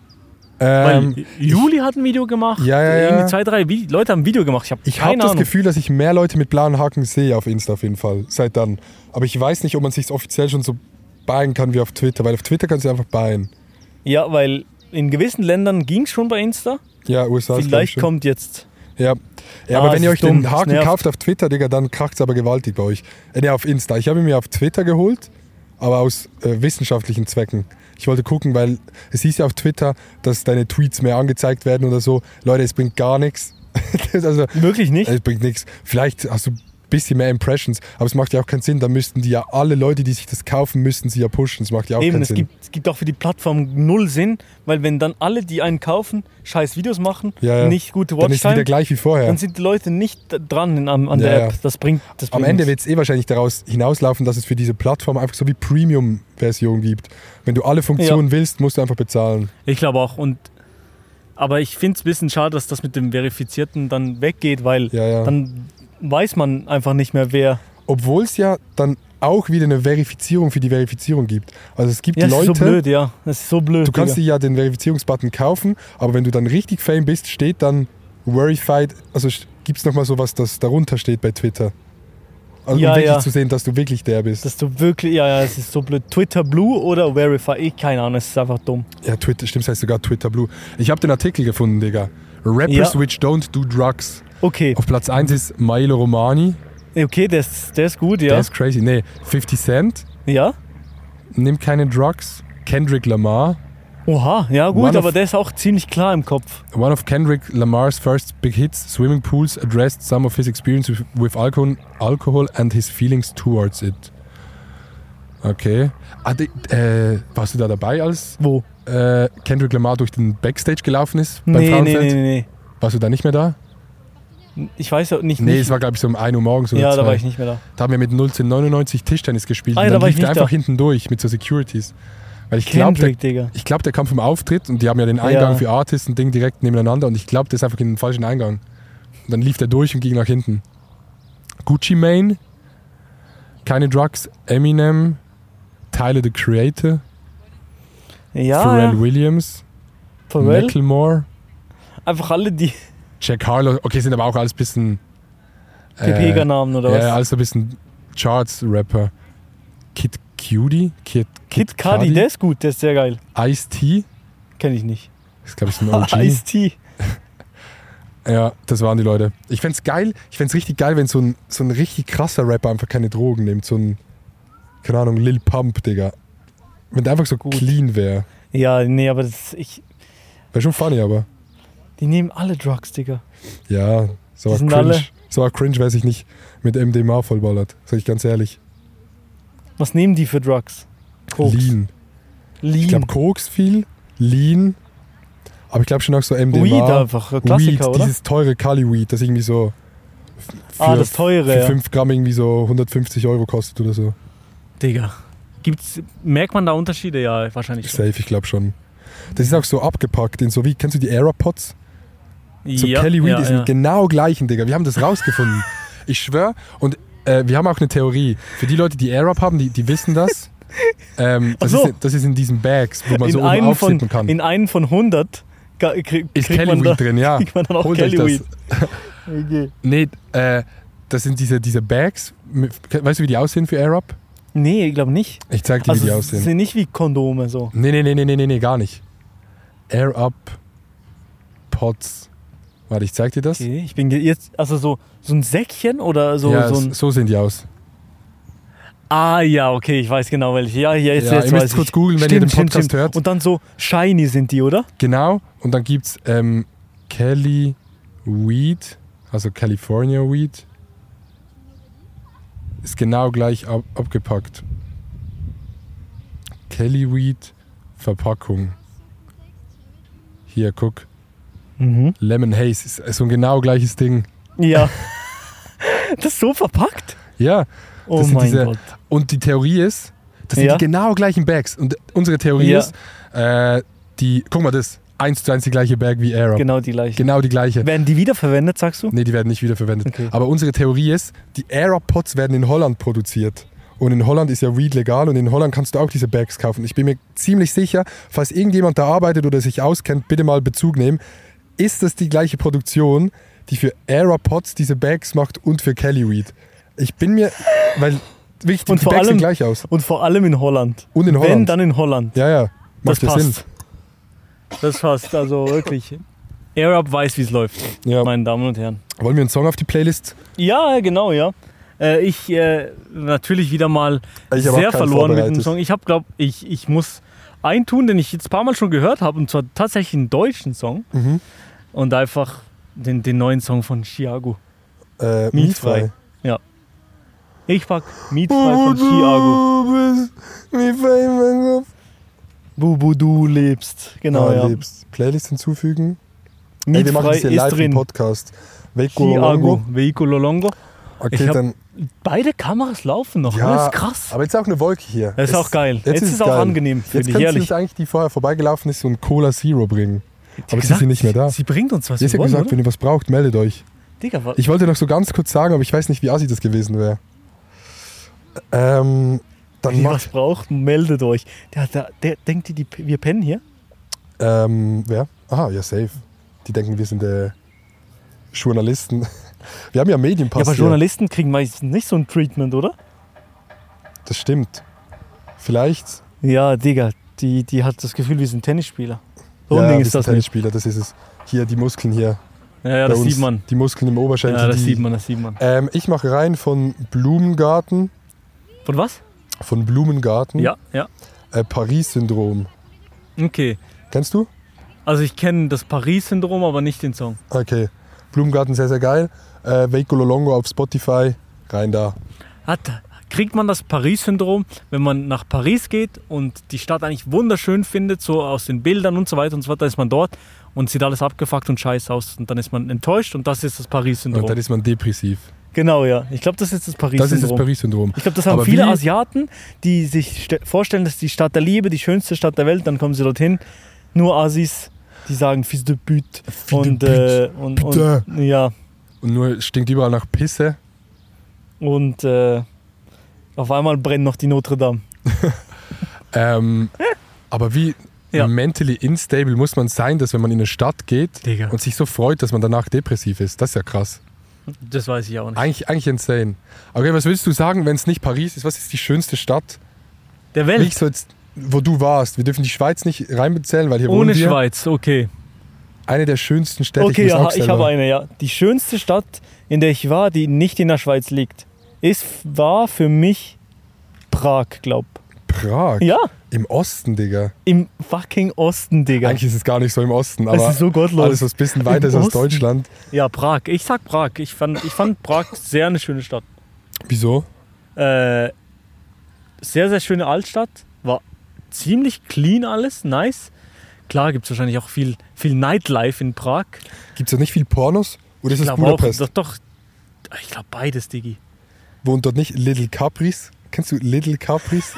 Ähm, Weil Juli hat ein Video gemacht, Ja, ja, ja. irgendwie zwei, drei Vi- Leute haben ein Video gemacht. Ich habe ich habe keine das Ahnung. Gefühl, dass ich mehr Leute mit blauen Haken sehe auf Insta auf jeden Fall, seit dann. Aber ich weiß nicht, ob man sich offiziell schon so buyen kann wie auf Twitter, weil auf Twitter kannst du einfach buyen. Ja, weil in gewissen Ländern ging es schon bei Insta. Ja, U S A ist, glaub ich, Vielleicht schon. kommt jetzt. Ja, ja Ah, aber es wenn ihr euch ist dumm, den es Haken nervt. kauft auf Twitter, Digga, dann kracht es aber gewaltig bei euch. Äh, ne, auf Insta. Ich habe ihn mir auf Twitter geholt, aber aus äh, wissenschaftlichen Zwecken. Ich wollte gucken, weil es hieß ja auf Twitter, dass deine Tweets mehr angezeigt werden oder so. Leute, es bringt gar nichts. also, Wirklich nicht? es bringt nichts. Vielleicht hast du ein bisschen mehr Impressions, aber es macht ja auch keinen Sinn. Da müssten die ja alle Leute, die sich das kaufen, müssten sie ja pushen. Das macht ja auch Eben, keinen es Sinn. gibt, es gibt auch für die Plattform null Sinn, weil wenn dann alle, die einen kaufen, scheiß Videos machen, Ja, ja. nicht gute Dann ist es wieder Watchtime, gleich wie vorher. dann sind die Leute nicht dran in, an, an Ja, der ja. App. Das bringt, das Am bringt Ende nichts. wird es eh wahrscheinlich daraus hinauslaufen, dass es für diese Plattform einfach so wie Premium-Version gibt. Wenn du alle Funktionen willst, musst du einfach bezahlen. Ich glaube auch. Und, aber ich finde es ein bisschen schade, dass das mit dem Verifizierten dann weggeht, weil Ja, ja. dann weiß man einfach nicht mehr, wer. Obwohl es ja dann auch wieder eine Verifizierung für die Verifizierung gibt. Also es gibt Ja, das Leute, ist so blöd, ja. Das ist so blöd. du kannst Digga. dir ja den Verifizierungsbutton kaufen, aber wenn du dann richtig Fame bist, steht dann Verified, also gibt es nochmal sowas, das darunter steht bei Twitter. Also Ja, um wirklich ja. zu sehen, dass du wirklich der bist. Dass du wirklich, ja, ja, es ist so blöd. Twitter Blue oder Verify, ich keine Ahnung, es ist einfach dumm. Ja, Twitter, stimmt, das heißt sogar Twitter Blue. Ich habe den Artikel gefunden, Digga. Rappers Ja. which don't do drugs. Okay, Auf Platz eins ist Milo Romani. okay, der ist, der ist gut, ja. Der ist crazy. Nee, fifty Cent Ja? nimmt keine Drugs. Kendrick Lamar. Oha, ja gut, One aber of- der ist auch ziemlich klar im Kopf. One of Kendrick Lamar's first big hits, Swimming Pools, addressed some of his experience with, with alcohol, alcohol and his feelings towards it. Okay. Ah, die, äh, warst du da dabei, als Wo? äh, Kendrick Lamar durch den Backstage gelaufen ist beim Nee, nee, Frauenfeld? nee, nee, Warst du da nicht mehr da? Ich weiß ja nicht. Nee, nicht. es war glaube ich so um ein Uhr morgens oder Ja, zwei. da war ich nicht mehr da. Da haben wir mit neunzehnhundertneunundneunzig Tischtennis gespielt. Ah, ja, und da dann war lief ich der nicht einfach da. hinten durch mit so Securities. Weil ich glaube, der, Kendrick, Digga. ich glaub, der kam vom Auftritt und die haben ja den Eingang Ja. für Artists und Ding direkt nebeneinander und ich glaube, der ist einfach in den falschen Eingang. Und dann lief der durch und ging nach hinten. Gucci Mane, keine Drugs, Eminem, Tyler, the Creator, Ja, Pharrell ja. Williams, Pharrell. Macklemore, Einfach alle die Jack Harlow. Okay, sind aber auch alles ein bisschen... P P-Namen oder was? Ja, alles ein bisschen Charts-Rapper. Kid Cudi, Kid, Kid Cudi, der ist gut, der ist sehr geil. Ice-T, Kenn ich nicht. das ist glaube ich so ein O G. Ice-T. Ja, das waren die Leute. Ich fänd's geil, ich fänd's richtig geil, wenn so ein, so ein richtig krasser Rapper einfach keine Drogen nimmt. So ein, keine Ahnung, Lil Pump, Digga. Wenn der einfach so Gut. clean wäre. Ja, nee, aber das ich. Wäre schon funny, aber. Die nehmen alle Drugs, Digga. Ja, so Die war sind cringe. alle- So war cringe, wer sich nicht mit M D M A vollballert. Sag ich ganz ehrlich. Was nehmen die für Drugs? Koks. Lean. Lean. Ich glaube Koks viel, Lean. Aber ich glaube schon auch so M D M A. Weed einfach, Klassiker, Weed, oder? dieses teure Kali-Weed, das irgendwie so für, Ah, das teure, für ja. fünf Gramm irgendwie so hundertfünfzig Euro kostet oder so. Digga. Gibt's, merkt man da Unterschiede? Ja, wahrscheinlich schon. Safe, ich glaube schon. Das ist auch so abgepackt in so wie, kennst du die Aeropods? So ja, Kelly Weed ja, ist ja. im genau gleichen, Digga. Wir haben das rausgefunden. Ich schwör. Und äh, wir haben auch eine Theorie. Für die Leute, die Aerob haben, die, die wissen das. Ähm, das, Ach so. ist, das ist in diesen Bags, wo man in, so oben einen von, aufsippen kann. in einen von hundert ga- krieg, Ist kriegt, Kelly man da, Weed drin, ja. kriegt man dann auch Holt euch Kelly das. Weed. Okay. Nee, äh, das sind diese, diese Bags. Mit, weißt du, wie die aussehen für Aerob? Nee, ich glaube nicht. Ich zeig dir, Also wie die sie aussehen. sind nicht wie Kondome so. Nee, nee, nee, nee, nee, nee, nee, gar nicht. Air Up Pods. Warte, ich zeig dir das. Okay, ich bin ge- jetzt, also so, so ein Säckchen oder so, ja, so s- ein. so sehen die aus. Ah ja, okay, ich weiß genau welche. Ja, ja, jetzt, Ja, jetzt ihr müsst weiß kurz ich. googeln, wenn ihr den Podcast hört. Und dann so shiny sind die, oder? Genau. Und dann gibt's ähm, Cali Weed, also California Weed. Ist genau gleich ab, abgepackt. Cali Weed Verpackung. Hier, guck. Mhm. Lemon Haze ist so ein genau gleiches Ding. Ja. Das ist so verpackt? Ja. Oh Das sind mein diese- Gott. Und die Theorie ist, das sind Ja. die genau gleichen Bags. Und unsere Theorie Ja. ist, äh, die, guck mal das, eins zu eins die gleiche Bag wie Air Up. Genau die gleiche. Genau die gleiche. Werden die wiederverwendet, sagst du? Nee, die werden nicht wiederverwendet. Okay. Aber unsere Theorie ist, die Aeropods werden in Holland produziert. Und in Holland ist ja Weed legal und in Holland kannst du auch diese Bags kaufen. Ich bin mir ziemlich sicher, falls irgendjemand da arbeitet oder sich auskennt, bitte mal Bezug nehmen. Ist das die gleiche Produktion, die für Aeropods diese Bags macht und für Cali Weed? Ich bin mir, weil wirklich, die, Und die vor Bags sehen allem- gleich aus. Und vor allem in Holland. Und in Wenn, Holland. dann in Holland. Ja, ja, Das macht ja passt. Sinn. Das passt, also wirklich. Air-Up weiß, wie es läuft, Ja. meine Damen und Herren. Wollen wir einen Song auf die Playlist? Ja, genau, ja. Äh, ich äh, natürlich wieder mal Ich hab auch sehr keinen verloren mit dem vorbereitet. Song. Ich habe, glaube ich, ich muss einen tun, den ich jetzt ein paar Mal schon gehört habe, und zwar tatsächlich einen deutschen Song. Mhm. Und einfach den, den neuen Song von Chiago. Äh, Mietfrei. Ich pack Mietfrei von Chiago. Du bist mietfrei in meinem Kopf. Wo, wo du lebst. Genau, Ah, ja. lebst. Playlist hinzufügen. Ey, wir machen Mietfrei das hier ist live im drin. Podcast. Vehicle Chiago, Longo. Vehiculo Longo. Okay, Ich hab- dann. Beide Kameras laufen noch. Ja, Das ist krass. Aber jetzt auch eine Wolke hier. Das ist auch geil. Jetzt, ist es auch geil. angenehm. Für Jetzt die kannst du herrlich. uns eigentlich, die vorher vorbeigelaufen ist, so ein Cola Zero bringen. Die Aber jetzt gesagt, ist sie nicht mehr da. Sie bringt uns was. Sie hat wir ja wollen, gesagt, oder? wenn ihr was braucht, meldet euch. Digga, wa- Ich wollte noch so ganz kurz sagen, aber ich weiß nicht, wie assi das gewesen wäre. Ähm, wenn dann ihr mach, was braucht, meldet euch. Der, der, der denkt, die, die, wir pennen hier? ähm, wer? Aha, ja, safe. Die denken, wir sind äh, Journalisten. Wir haben ja Medienpass Ja, aber hier. Journalisten kriegen meistens nicht so ein Treatment, oder? Das stimmt. Vielleicht. Ja, Digga, die, die hat das Gefühl, wir sind Tennisspieler. So ein ja, Ding wir ist sind das nicht. Tennisspieler, das ist es. Hier, die Muskeln hier. Ja, ja, bei das uns. sieht man. Die Muskeln im Oberschenkel. Ja, das die, sieht man, das sieht man. Ähm, ich mache rein von Blumengarten. Von was? Von Blumengarten. Ja, ja. Äh, Paris-Syndrom. Okay. Kennst du? Also ich kenne das Paris-Syndrom, aber nicht den Song. Okay. Blumengarten, sehr, sehr geil. Äh, Vehiculo Longo auf Spotify. Rein da. Hat, kriegt man das Paris-Syndrom, wenn man nach Paris geht und die Stadt eigentlich wunderschön findet, so aus den Bildern und so weiter und so weiter, ist man dort und sieht alles abgefuckt und scheiße aus. Und dann ist man enttäuscht und das ist das Paris-Syndrom. Und dann ist man depressiv. Genau, ja. Ich glaube, das ist das Paris-Syndrom. Das ist das Paris-Syndrom. Ich glaube, das haben Aber viele wie- Asiaten, die sich st- vorstellen, das ist die Stadt der Liebe, die schönste Stadt der Welt, dann kommen sie dorthin. Nur Asis, die sagen Fils de pute. de Und, pute. äh, und, Putain. und, ja, Und nur stinkt überall nach Pisse. und äh, auf einmal brennt noch die Notre Dame. Ähm, aber wie Ja. mentally instable muss man sein, dass wenn man in eine Stadt geht Digga. und sich so freut, dass man danach depressiv ist? Das ist ja krass. Das weiß ich auch nicht. Eigentlich, eigentlich insane. Okay, was willst du sagen, wenn es nicht Paris ist? Was ist die schönste Stadt? Der Welt. Nicht so jetzt, wo du warst. Wir dürfen die Schweiz nicht reinbezählen, weil hier Ohne wohnen wir. Schweiz, okay. Eine der schönsten Städte. Okay, muss ja, auch ich selber- habe eine, ja. Die schönste Stadt, in der ich war, die nicht in der Schweiz liegt, ist, war für mich Prag, glaub. Prag? Ja, Im Osten, Digga. im fucking Osten, Digga. Eigentlich ist es gar nicht so im Osten, Es aber ist so gottlos. alles, was ein bisschen weiter ist Im als Osten? Deutschland. Ja, Prag. Ich sag Prag. Ich fand, ich fand Prag sehr eine schöne Stadt. Wieso? Äh, sehr, sehr schöne Altstadt. War ziemlich clean alles, nice. Klar gibt es wahrscheinlich auch viel, viel Nightlife in Prag. Gibt es da nicht viel Pornos? Oder ist Ich es glaube auch, Budapest? doch, doch. Ich glaube beides, Digi. Wohnt dort nicht Little Capris? Kennst du Little Capris?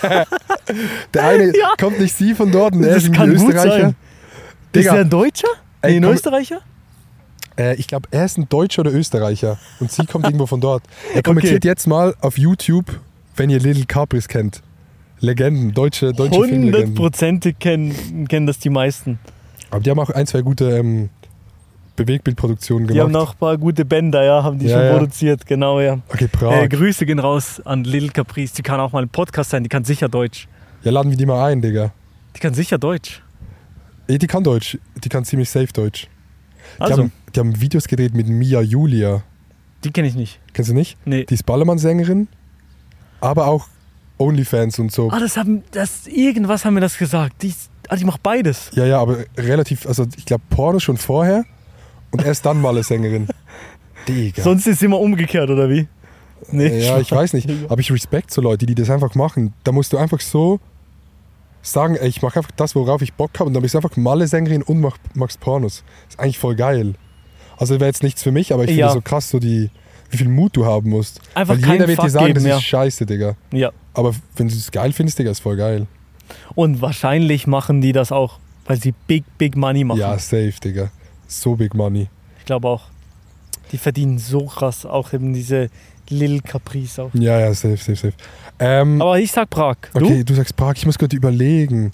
Der eine Ja. kommt nicht sie von dort und er Das ist ein kann gut Österreicher. sein. Ist Digga, der ein Deutscher? Ey, Nee, ein komm- Österreicher? äh, ich glaube, er ist ein Deutscher oder Österreicher und sie kommt irgendwo von dort. Er kommentiert Okay. jetzt mal auf YouTube, wenn ihr Little Capris kennt. Legenden, deutsche, deutsche Filmlegenden. Hundertprozentig kennen, kennen das die meisten. Aber die haben auch ein, zwei gute ähm, Bewegtbildproduktionen Die gemacht. haben noch ein paar gute Bänder, ja, haben die Ja, schon ja. produziert, genau, ja. Okay, Prag. Äh, Grüße gehen raus an Lil Caprice. Die kann auch mal ein Podcast sein, die kann sicher Deutsch. Ja, laden wir die mal ein, Digga. Die kann sicher Deutsch. Ey, die kann Deutsch. Die kann ziemlich safe Deutsch. Die, Also, haben, die haben Videos gedreht mit Mia Julia. die kenne ich nicht. Kennst du nicht? Nee. Die ist Ballermann-Sängerin, aber auch Onlyfans und so. Ah, das haben, das, irgendwas haben mir das gesagt. Die, ist- ah, die macht beides. Ja, ja, aber relativ, also ich glaube Porno schon vorher und erst dann mal als Sängerin. Digga. Sonst ist es immer umgekehrt, oder wie? Nee. Ja, ich weiß nicht. Aber ich respekt so Leute, die das einfach machen. Da musst du einfach so sagen, ey, ich mache einfach das, worauf ich Bock habe und dann bist du einfach Malle-Sängerin und mach, machst Pornos. Ist eigentlich voll geil. Also wäre jetzt nichts für mich, aber ich finde Ja. so krass, so die, wie viel Mut du haben musst. Einfach Weil keinen jeder wird dir Fuck sagen, das geben, ist ja. scheiße, Digga. Ja. Aber wenn du es geil findest, Digga, ist voll geil. Und wahrscheinlich machen die das auch, weil sie big, big money machen. Ja, safe, Digga. So big money. Ich glaube auch. Die verdienen so krass, auch eben diese Lil Caprice auch. Ja, ja, safe, safe, safe. Ähm, Aber ich sag Prag. Du? okay, du sagst Prag, ich muss gerade überlegen.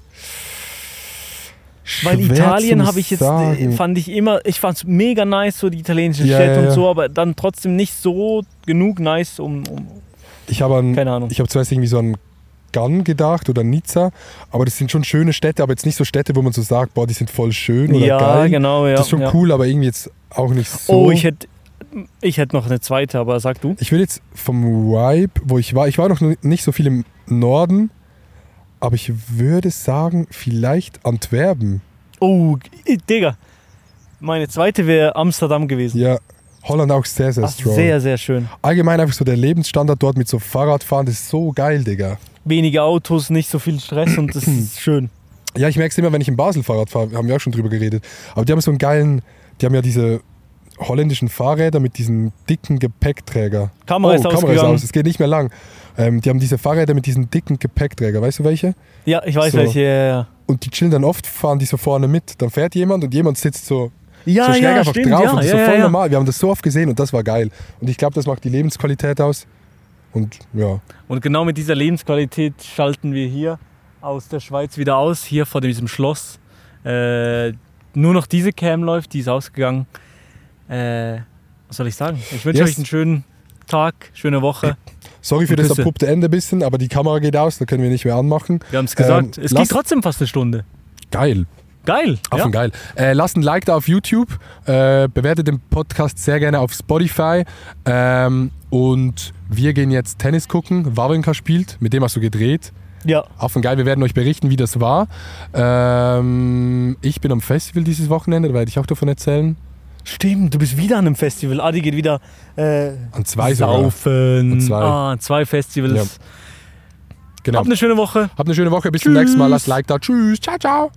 Weil Schwer Italien zum habe ich jetzt, sagen. fand ich immer, ich fand es mega nice, so die italienischen Ja, Städte ja, und ja. so, aber dann trotzdem nicht so genug nice, um, um Ich habe an, keine Ahnung. ich habe zuerst irgendwie so an Cannes gedacht oder Nizza, aber das sind schon schöne Städte, aber jetzt nicht so Städte, wo man so sagt, boah, die sind voll schön oder ja, geil. genau, ja. das ist schon ja. cool, aber irgendwie jetzt auch nicht so. Oh, ich hätte ich hätte noch eine zweite, aber sag du. Ich will jetzt vom Vibe, wo ich war, ich war noch nicht so viel im Norden, aber ich würde sagen, vielleicht Antwerpen. Oh, Digga. Meine zweite wäre Amsterdam gewesen. Ja, Holland auch sehr, sehr Ach, strong. sehr, sehr schön. Allgemein einfach so der Lebensstandard dort mit so Fahrradfahren, das ist so geil, Digga. Wenige Autos, nicht so viel Stress und das ist schön. Ja, ich merke es immer, wenn ich in Basel Fahrrad fahre, haben wir auch schon drüber geredet. Aber die haben so einen geilen, die haben ja diese holländischen Fahrräder mit diesen dicken Gepäckträger. Kamera oh, ist Kamera ist ausgegangen. aus, es geht nicht mehr lang. Ähm, die haben diese Fahrräder mit diesen dicken Gepäckträger, weißt du welche? Ja, ich weiß So. welche. Ja, ja. Und die chillen dann oft, fahren die so vorne mit. Dann fährt jemand und jemand sitzt so, Ja, so schräg ja, einfach stimmt, drauf ja, und das ist ja, so voll ja, ja. normal. Wir haben das so oft gesehen und das war geil. Und ich glaube, das macht die Lebensqualität aus. Und ja, Und genau mit dieser Lebensqualität schalten wir hier aus der Schweiz wieder aus, hier vor diesem Schloss. Äh, nur noch diese Cam läuft, die ist ausgegangen. Äh, was soll ich sagen? Ich wünsche Yes. euch einen schönen Tag, schöne Woche. sorry für Und das Küsse. abrupte Ende ein bisschen, aber die Kamera geht aus, da können wir nicht mehr anmachen. Wir haben es gesagt. Ähm, es lass- geht trotzdem fast eine Stunde. Geil. Geil. Affen geil. Äh, lasst ein Like da auf YouTube, äh, bewertet den Podcast sehr gerne auf Spotify ähm, und wir gehen jetzt Tennis gucken. Wawrinka spielt, mit dem hast du gedreht. Ja. Affen geil, wir werden euch berichten, wie das war. Ähm, ich bin am Festival dieses Wochenende, da werde ich auch davon erzählen. Stimmt, du bist wieder an einem Festival. Adi geht wieder äh, An zwei sogar. saufen. An zwei. Ah, zwei Festivals. Ja. Genau. Habt eine schöne Woche. Habt eine schöne Woche, bis zum Tschüss. nächsten Mal. Lasst Like da. Tschüss. Ciao, ciao.